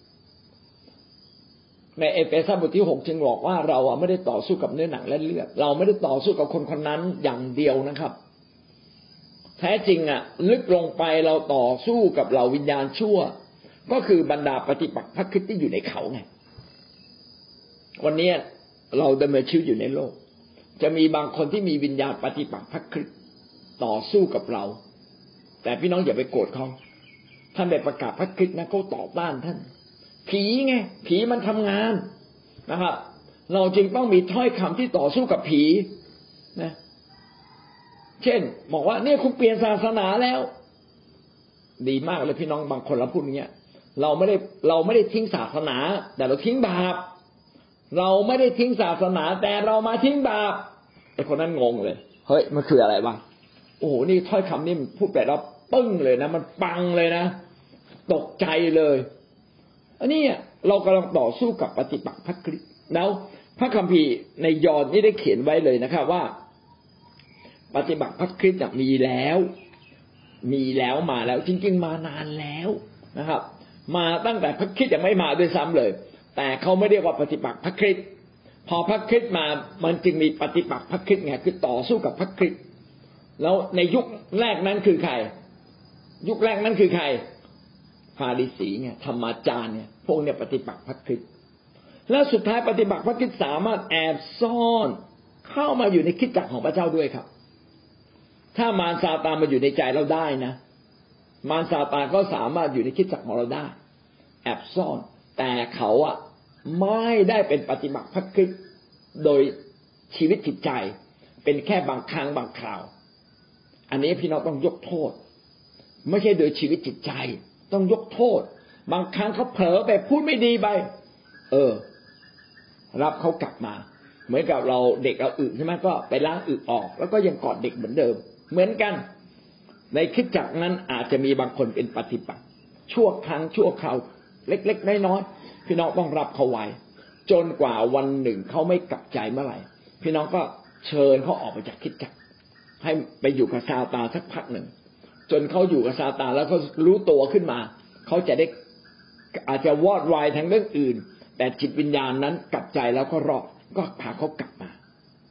ในเอเฟซัสบทที่หกจึงบอกว่าเราไม่ได้ต่อสู้กับเนื้อหนังและเลือดเราไม่ได้ต่อสู้กับคนคนนั้นอย่างเดียวนะครับแท้จริงอ่ะลึกลงไปเราต่อสู้กับเหล่าวิญญาณชั่วก็คือบรรดาปฏิปักษ์พระคริสต์ที่อยู่ในเขาไงวันนี้เราดำเนินชีวิตอยู่ในโลกจะมีบางคนที่มีวิญญาณปฏิปักษ์พระคริสต์ต่อสู้กับเราแต่พี่น้องอย่าไปโกรธเขาท่านได้ประกาศพระคริสต์นะเขาต่อต้านท่านผีไงผีมันทำงานนะครับเราจึงต้องมีถ้อยคำที่ต่อสู้กับผีนะเช่นบอกว่าเนี่ยคุณเปลี่ยนศาสนาแล้วดีมากเลยพี่น้องบางคนเราพูดอย่างเงี้ยเราไม่ได้เราไม่ได้ทิ้งศาสนาแต่เราทิ้งบาปเราไม่ได้ทิ้งศาสนาแต่เรามาทิ้งบาปไอ้คนนั้นงงเลยเฮ้ยมันคืออะไรวะโอ้โหนี่ถ้อยคำนี่พูดไปแล้วปึ้งเลยนะมันปังเลยนะตกใจเลยอันนี้เรากำลังต่อสู้กับปฏิปักษ์พระคริสต์แล้วพระคัมภีร์ในยอห์นนี่ได้เขียนไว้เลยนะครับว่าปฏิบัติพระคริสต์มีแล้วมีแล้วมาแล้วจริงๆมานานแล้วนะครับมาตั้งแต่พระคริสต์ยังไม่มาด้วยซ้ำเลยแต่เขาไม่เรียกว่าปฏิบัติพระคริสต์พอพระคริสต์มามันจึงมีปฏิบัติพระคริสต์ไงคือต่อสู้กับพระคริสต์แล้วในยุคแรกนั้นคือใครยุคแรกนั้นคือใครฟาริสีไงธรรมาจารย์เนี่ยพวกเนี่ยปฏิบัติพระคริสต์แล้วสุดท้ายปฏิบัติพระคริสต์สามารถแอบซ่อนเข้ามาอยู่ในคริสตจักรของพระเจ้าด้วยครับถ้ามารซาตานมาอยู่ในใจเราได้นะมารซาตานก็สามารถอยู่ในคริสตจักรของเราได้แอบซ่อนแต่เขาอ่ะไม่ได้เป็นปฏิบัติพระคริสต์โดยชีวิตจิตใจเป็นแค่บางครั้งบางคราวอันนี้พี่น้องต้องยกโทษไม่ใช่โดยชีวิตจิตใจต้องยกโทษบางครั้งเขาเผลอไปพูดไม่ดีไปเออรับเขากลับมาเหมือนกับเราเด็กเราอึใช่ไหมก็ไปล้างอึออกแล้วก็ยังกอดเด็กเหมือนเดิมเหมือนกันในคริสตจักรนั้นอาจจะมีบางคนเป็นปฏิปักษ์ชั่วครั้งชั่วคราวเล็กๆน้อยๆพี่น้องต้องรับเขาไว้จนกว่าวันหนึ่งเขาไม่กลับใจเมื่อไหร่พี่น้องก็เชิญเขาออกไปจากคริสตจักรให้ไปอยู่กับซาตานสักพักหนึ่งจนเขาอยู่กับซาตานแล้วเขารู้ตัวขึ้นมาเขาจะได้อาจจะวอดวายทางเรื่องอื่นแต่จิตวิญญาณนั้นกลับใจแล้วก็รอดก็พาเขากลับมา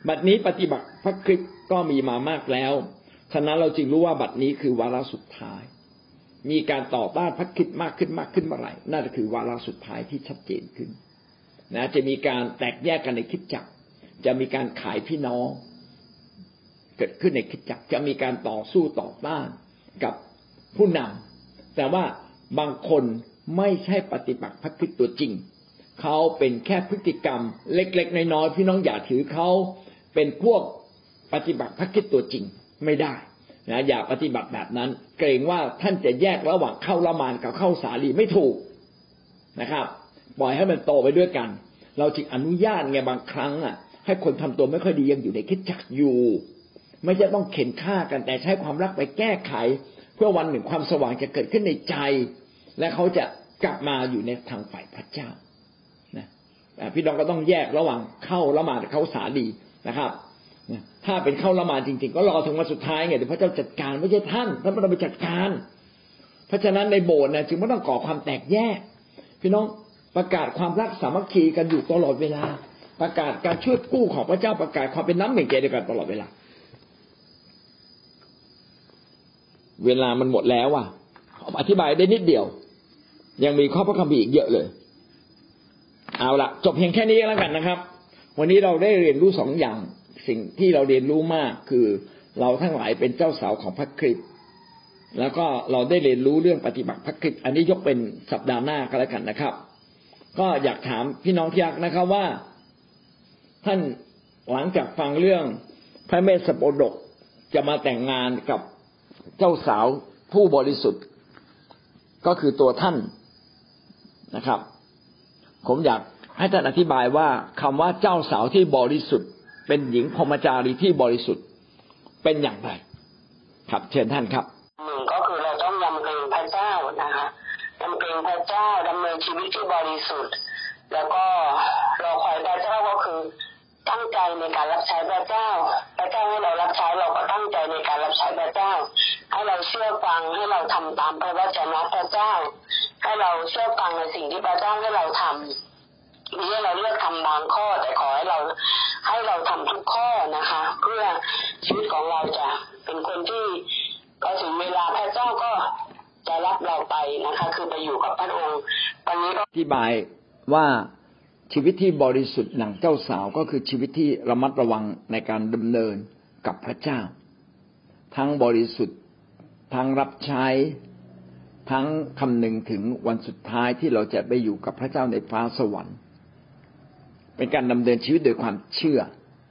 บัดนี้ปฏิบัติพระคริสต์ก็มีมามากแล้วฉะนั้นเราจึงรู้ว่าบัดนี้คือวาระสุดท้ายมีการต่อต้านพระคริสต์มากขึ้นมากขึ้นเมื่อไหร่นั่นก็คือวาระสุดท้ายที่ชัดเจนขึ้นนะจะมีการแตกแยกกันในคริสตจักรจะมีการขายพี่น้องเกิดขึ้นในคริสตจักรจะมีการต่อสู้ต่อต้านกับผู้นำแต่ว่าบางคนไม่ใช่ปฏิบัติพระคริสต์ตัวจริงเขาเป็นแค่พฤติกรรมเล็กๆน้อยๆพี่น้องอย่าถือเขาเป็นพวกปฏิบัติพระคริสต์ตัวจริงไม่ได้นะอย่าปฏิบัติแบบนั้นเกรงว่าท่านจะแยกระหว่างเข้าละมานกับเข้าสาลีไม่ถูกนะครับปล่อยให้มันโตไปด้วยกันเราจึงอนุญาตไงบางครั้งอ่ะให้คนทำตัวไม่ค่อยดียังอยู่ในคริสตจักรอยู่ไม่ใช่ต้องเข็นฆ่ากันแต่ใช้ความรักไปแก้ไขเพื่อวันหนึ่งความสว่างจะเกิดขึ้นในใจและเขาจะกลับมาอยู่ในทางฝ่ายพระเจ้านะพี่น้องก็ต้องแยกระหว่างเข้าละหมาดกับเข้าสาลีนะครับถ้าเป็นเข้าละหมาดจริงๆก็รอถึงวันสุดท้ายไงเดี๋ยวพระเจ้าจัดการไม่ใช่ท่านท่านไม่ต้องไปจัดการเพราะฉะนั้นในโบสถ์นะจึงไม่ต้องก่อความแตกแยกพี่น้องประกาศความรักสามัคคีกันอยู่ตลอดเวลาประกาศการช่วยกู้ของพระเจ้าประกาศความเป็นน้ำหนึ่งใจเดียวกันตลอดเวลาเวลามันหมดแล้วอ่ะอธิบายได้นิดเดียวยังมีข้อพระคัมภีร์อีกเยอะเลยเอาละจบเพียงแค่นี้แล้วกันนะครับวันนี้เราได้เรียนรู้สองอย่างสิ่งที่เราเรียนรู้มากคือเราทั้งหลายเป็นเจ้าสาวของพระคริสต์แล้วก็เราได้เรียนรู้เรื่องปฏิบัติพระคริสต์อันนี้ยกเป็นสัปดาห์หน้าก็แล้วกันนะครับก็อยากถามพี่น้องที่รักนะครับว่าท่านหลังจากฟังเรื่องพระเมสสโปดกจะมาแต่งงานกับเจ้าสาวผู้บริสุทธิ์ก็คือตัวท่านนะครับผมอยากให้ท่านอธิบายว่าคำว่าเจ้าสาวที่บริสุทธิ์เป็นหญิงพรหมจารีที่บริสุทธิ์เป็นอย่างไรครับเชิญท่านครับหนึ่งก็คือเราต้องยำเกรงพระเจ้านะคะยำเกรงพระเจ้าดำเนินชีวิตที่บริสุทธิ์แล้วก็รอคอยพระเจ้าก็คือตั้งใจในการรับใช้พระเจ้าพระเจ้าให้เรารับใช้เราก็ตั้งใจในการรับใช้พระเจ้าให้เราเชื่อฟังให้เราทำตามพระวจนะพระเจ้าให้เราเชื่อฟังในสิ่งที่พระเจ้าให้เราทำไม่ใช่เราเลือกทำบางข้อแต่ขอให้เราให้เราทำทุกข้อนะคะเพื่อชีวิตของเราจะเป็นคนที่พอถึงเวลาพระเจ้าก็จะรับเราไปนะคะคือไปอยู่กับพระองค์วันนี้ก็อธิบายว่าชีวิตที่บริสุทธิ์หนังเจ้าสาวก็คือชีวิตที่ระมัดระวังในการดำเนินกับพระเจ้าทั้งบริสุทธิ์ทั้งรับใช้ทั้งคำนึงถึงวันสุดท้ายที่เราจะไปอยู่กับพระเจ้าในฟ้าสวรรค์เป็นการดำเนินชีวิตโดยความเชื่อ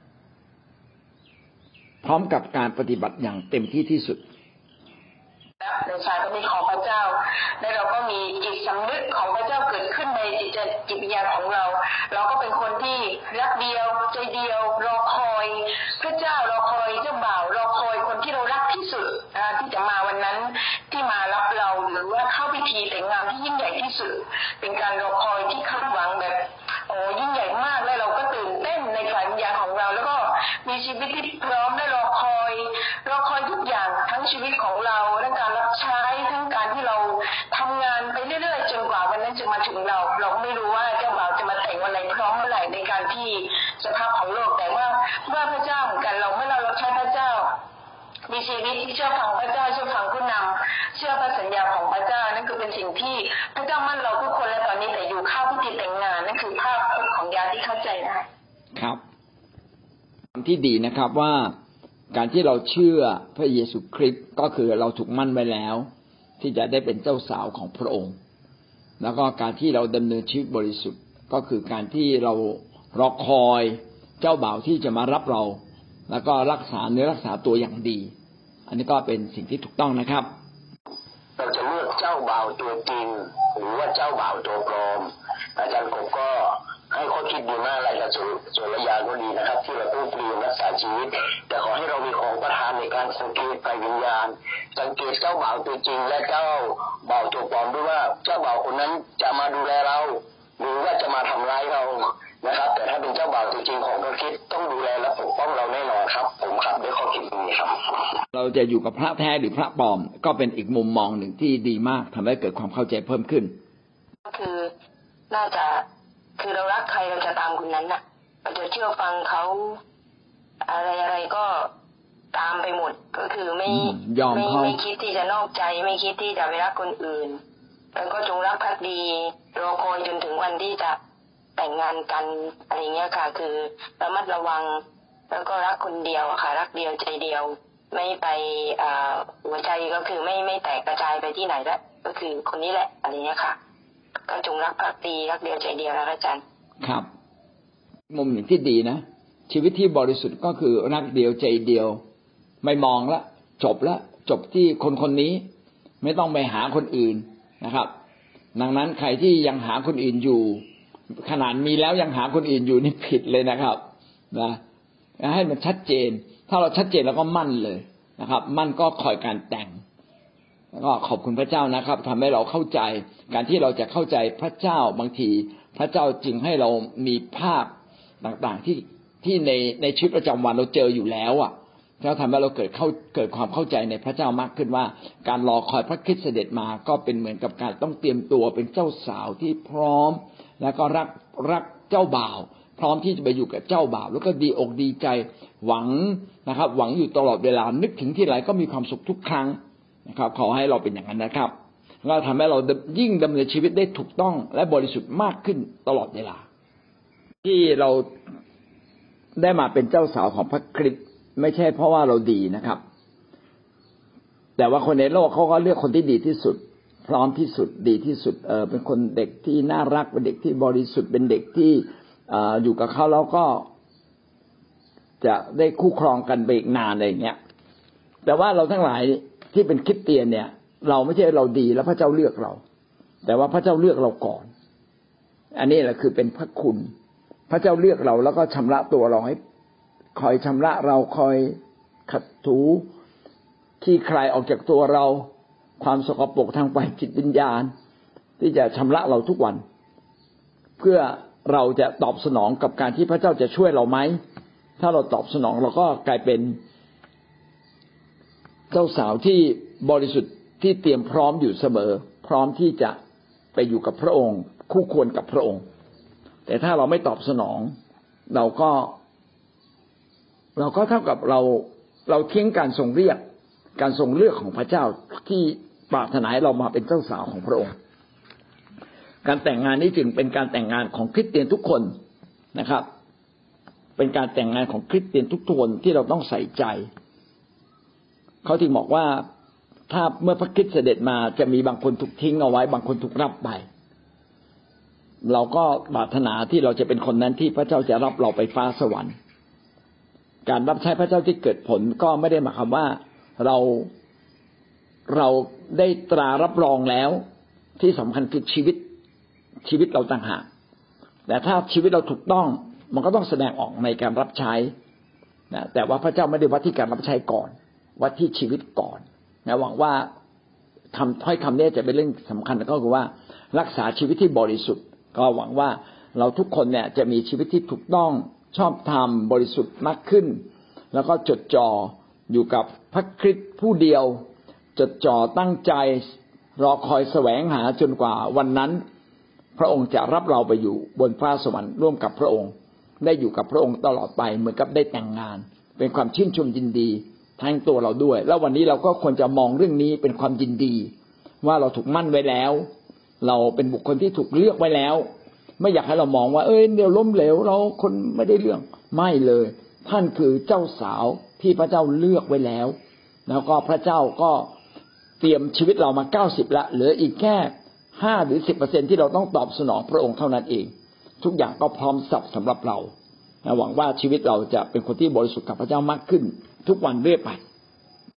พร้อมกับการปฏิบัติอย่างเต็มที่ที่สุดในชายพระนิของพระเจ้าและเราก็มีจิตสำนึกของพระเจ้าเกิดขึ้นในจิตจิตวิญญาณของเราเราก็เป็นคนที่รักเดียวใจเดียวรอคอยพระเจ้ารอคอยเจ้าบ่าวรอคอยคนที่เรารักที่สุดที่จะมาวันนั้นที่มารับเราหรือว่าเข้าพิธีแต่งงานที่ยิ่งใหญ่ที่สุดเป็นการรอคอยที่คาดหวังแบบโอ้ยิ่งใหญ่มากและเราก็ตื่นเต้นในฝ่ายวิญญาณของเราแล้วก็มีชีวิตที่พร้อมได้รอคอยรอคอยทุกอย่างทั้งชีวิตของเราและการรับใช้ทั้งการที่เราทำงานไปเรื่อยๆจนกว่าวันนั้นจะมาถึงเราเราไม่รู้ว่าเจ้าบ่าวจะมาแต่งวันไหนพร้อมเมื่อไหร่ในการที่สภาพของโลกแต่ว่าเมื่อพระเจ้าเหมือนกันเราเมื่อเรารับใช้พระเจ้ามีชีวิตที่เชื่อฟังพระเจ้าเชื่อฟังผู้นำเชื่อพระสัญญาของพระเจ้านั่นคือเป็นสิ่งที่พระเจ้ามั่นเราทุกคนและตอนนี้แต่อยู่เข้าพิธีแต่งงานนั่นคือภาพของยาที่เข้าใจได้ครับที่ดีนะครับว่าการที่เราเชื่อพระเยซูคริสต์ก็คือเราถูกมั่นไว้แล้วที่จะได้เป็นเจ้าสาวของพระองค์แล้วก็การที่เราดำเนินชีวิตบริสุทธิ์ก็คือการที่เรารอคอยเจ้าบ่าวที่จะมารับเราแล้วก็รักษาเนื้อรักษาตัวอย่างดีอันนี้ก็เป็นสิ่งที่ถูกต้องนะครับเราจะเลือกเจ้าบ่าวตัวจริงหรือว่าเจ้าบ่าวตัวปลอมอาจารย์กบก็ให้ข้อคิดดีมากอะไรกับสุรยาก็ดีนะครับที่เราต้องเตรียมรักษาชีวิตแต่ขอให้เรามีของประทานในการสังเกตฝ่ายวิญญาณสังเกตเจ้าบ่าวตัวจริงและเจ้าบ่าวตัวปลอมด้วยว่าเจ้าบ่าวคนนั้นจะมาดูแลเราหรือว่าจะมาทำร้ายเรานะครับแต่ถ้าเป็นเจ้าบ่าวตัวจริงของพระคริสต์ต้องดูแลและปกป้องเราแน่นอนครับผมครับด้วยข้อคิดนี้ครับเราจะอยู่กับพระแท้หรือพระปลอมก็เป็นอีกมุมมองหนึ่งที่ดีมากทำให้เกิดความเข้าใจเพิ่มขึ้นคือน่าจะคือเรารักใครเราจะตามคนนั้นน่ะเราจะเชื่อฟังเขาอะไรอะไรก็ตามไปหมดก็คือไม่ไม่ไม่คิดที่จะนอกใจไม่คิดที่จะไปรักคนอื่นแล้วก็จงรักภักดีรอคอยจนถึงวันที่จะแต่งงานกันอะไรเงี้ยค่ะคือระมัดระวังแล้วก็รักคนเดียวค่ะรักเดียวใจเดียวไม่ไปหัวใจก็คือไม่ไม่แตกกระจายไปที่ไหนแล้วก็คือคนนี้แหละอะไรเงี้ยค่ะก็จงรักภักดีรักเดียวใจเดียวนะอาจารย์ครับมุมหนึ่งที่ดีนะชีวิตที่บริสุทธิ์ก็คือรักเดียวใจเดียวไม่มองละจบละจบที่คนคนนี้ไม่ต้องไปหาคนอื่นนะครับดังนั้นใครที่ยังหาคนอื่นอยู่ขนาดมีแล้วยังหาคนอื่นอยู่นี่ผิดเลยนะครับนะให้มันชัดเจนถ้าเราชัดเจนแล้วก็มั่นเลยนะครับมั่นก็คอยการแต่งแล้วก็ขอบคุณพระเจ้านะครับทำให้เราเข้าใจการที่เราจะเข้าใจพระเจ้าบางทีพระเจ้าจึงให้เรามีภาพต่างๆที่ที่ในในชีวิตประจำวันเราเจออยู่แล้วอ่ะแล้วทำให้เราเกิดเข้าเกิดความเข้าใจในพระเจ้ามากขึ้นว่าการรอคอยพระคริสต์เสด็จมาก็เป็นเหมือนกับการต้องเตรียมตัวเป็นเจ้าสาวที่พร้อมแล้วก็รักรักเจ้าบ่าวพร้อมที่จะไปอยู่กับเจ้าบ่าวแล้วก็ดีอกดีใจหวังนะครับหวังอยู่ตลอดเวลานึกถึงที่ไรก็มีความสุขทุกครั้งนะครับขอให้เราเป็นอย่างนั้นนะครับเราทำให้เรายิ่งดำเนินชีวิตได้ถูกต้องและบริสุทธิ์มากขึ้นตลอดเวลาที่เราได้มาเป็นเจ้าสาวของพระคริสต์ไม่ใช่เพราะว่าเราดีนะครับแต่ว่าคนในโลกเขาก็เลือกคนที่ดีที่สุดพร้อมที่สุดดีที่สุดเออเป็นคนเด็กที่น่ารักเป็นเด็กที่บริสุทธิ์เป็นเด็กที่เอ่ออยู่กับเขาแล้วก็จะได้คู่ครองกันไปอีกนานอะไรอย่างเงี้ยแต่ว่าเราทั้งหลายที่เป็นคริสเตียนเนี่ยเราไม่ใช่เราดีแล้วพระเจ้าเลือกเราแต่ว่าพระเจ้าเลือกเราก่อนอันนี้แหละคือเป็นพระคุณพระเจ้าเลือกเราแล้วก็ชำระตัวเราให้คอยชำระเราคอยขัดถูขี้ใครออกจากตัวเราความสกปรกทางฝ่ายจิตวิญญาณที่จะชำระเราทุกวันเพื่อเราจะตอบสนองกับการที่พระเจ้าจะช่วยเราไหมถ้าเราตอบสนองเราก็กลายเป็นเจ้าสาวที่บริสุทธิ์ที่เตรียมพร้อมอยู่เสมอพร้อมที่จะไปอยู่กับพระองค์คู่ควรกับพระองค์แต่ถ้าเราไม่ตอบสนองเราก็เราก็เท่ากับเราเราทิ้งการทรงเรียกการทรงเลือกของพระเจ้าที่ปรารถนาให้เรามาเป็นเจ้าสาวของพระองค์การแต่งงานนี้จึงเป็นการแต่งงานของคริสเตียนทุกคนนะครับเป็นการแต่งงานของคริสเตียนทุกคนที่เราต้องใส่ใจเขาถึงบอกว่าถ้าเมื่อพระคริสต์เสด็จมาจะมีบางคนถูกทิ้งเอาไว้บางคนถูกรับไปเราก็ปรารถนาที่เราจะเป็นคนนั้นที่พระเจ้าจะรับเราไปฟ้าสวรรค์การรับใช้พระเจ้าที่เกิดผลก็ไม่ได้หมายความว่าเราเราได้ตรารับรองแล้วที่สำคัญคือชีวิตชีวิตเราต่างหากแต่ถ้าชีวิตเราถูกต้องมันก็ต้องแสดงออกในการรับใช้นะแต่ว่าพระเจ้าไม่ได้วัดที่การรับใช้ก่อนวัดที่ชีวิตก่อนนะหวังว่าคำถ้อยคำนี้จะเป็นเรื่องสำคัญก็คือว่ารักษาชีวิตที่บริสุทธิ์ก็หวังว่าเราทุกคนเนี่ยจะมีชีวิตที่ถูกต้องชอบธรรมบริสุทธิ์มากขึ้นแล้วก็จดจ่ออยู่กับพระคริสต์ผู้เดียวจดจ่อตั้งใจรอคอยแสวงหาจนกว่าวันนั้นพระองค์จะรับเราไปอยู่บนฟ้าสวรรค์ร่วมกับพระองค์ได้อยู่กับพระองค์ตลอดไปเหมือนกับได้แต่งงานเป็นความชื่นชมยินดีทั้งตัวเราด้วยแล้ววันนี้เราก็ควรจะมองเรื่องนี้เป็นความยินดีว่าเราถูกมั่นไว้แล้วเราเป็นบุคคลที่ถูกเลือกไว้แล้วไม่อยากให้เรามองว่าเอ้ยเดี๋ยวล้มเหลวเราคนไม่ได้เรื่องไม่เลยท่านคือเจ้าสาวที่พระเจ้าเลือกไว้แล้วแล้วก็พระเจ้าก็เตรียมชีวิตเรามาเก้าสิบละเหลืออีกแค่ห้าหรือ สิบเปอร์เซ็นต์ ที่เราต้องตอบสนองพระองค์เท่านั้นเองทุกอย่างก็พร้อมสับสำหรับเราหวังว่าชีวิตเราจะเป็นคนที่บริสุทธิ์กับพระเจ้ามากขึ้นทุกวันเรื่อยไป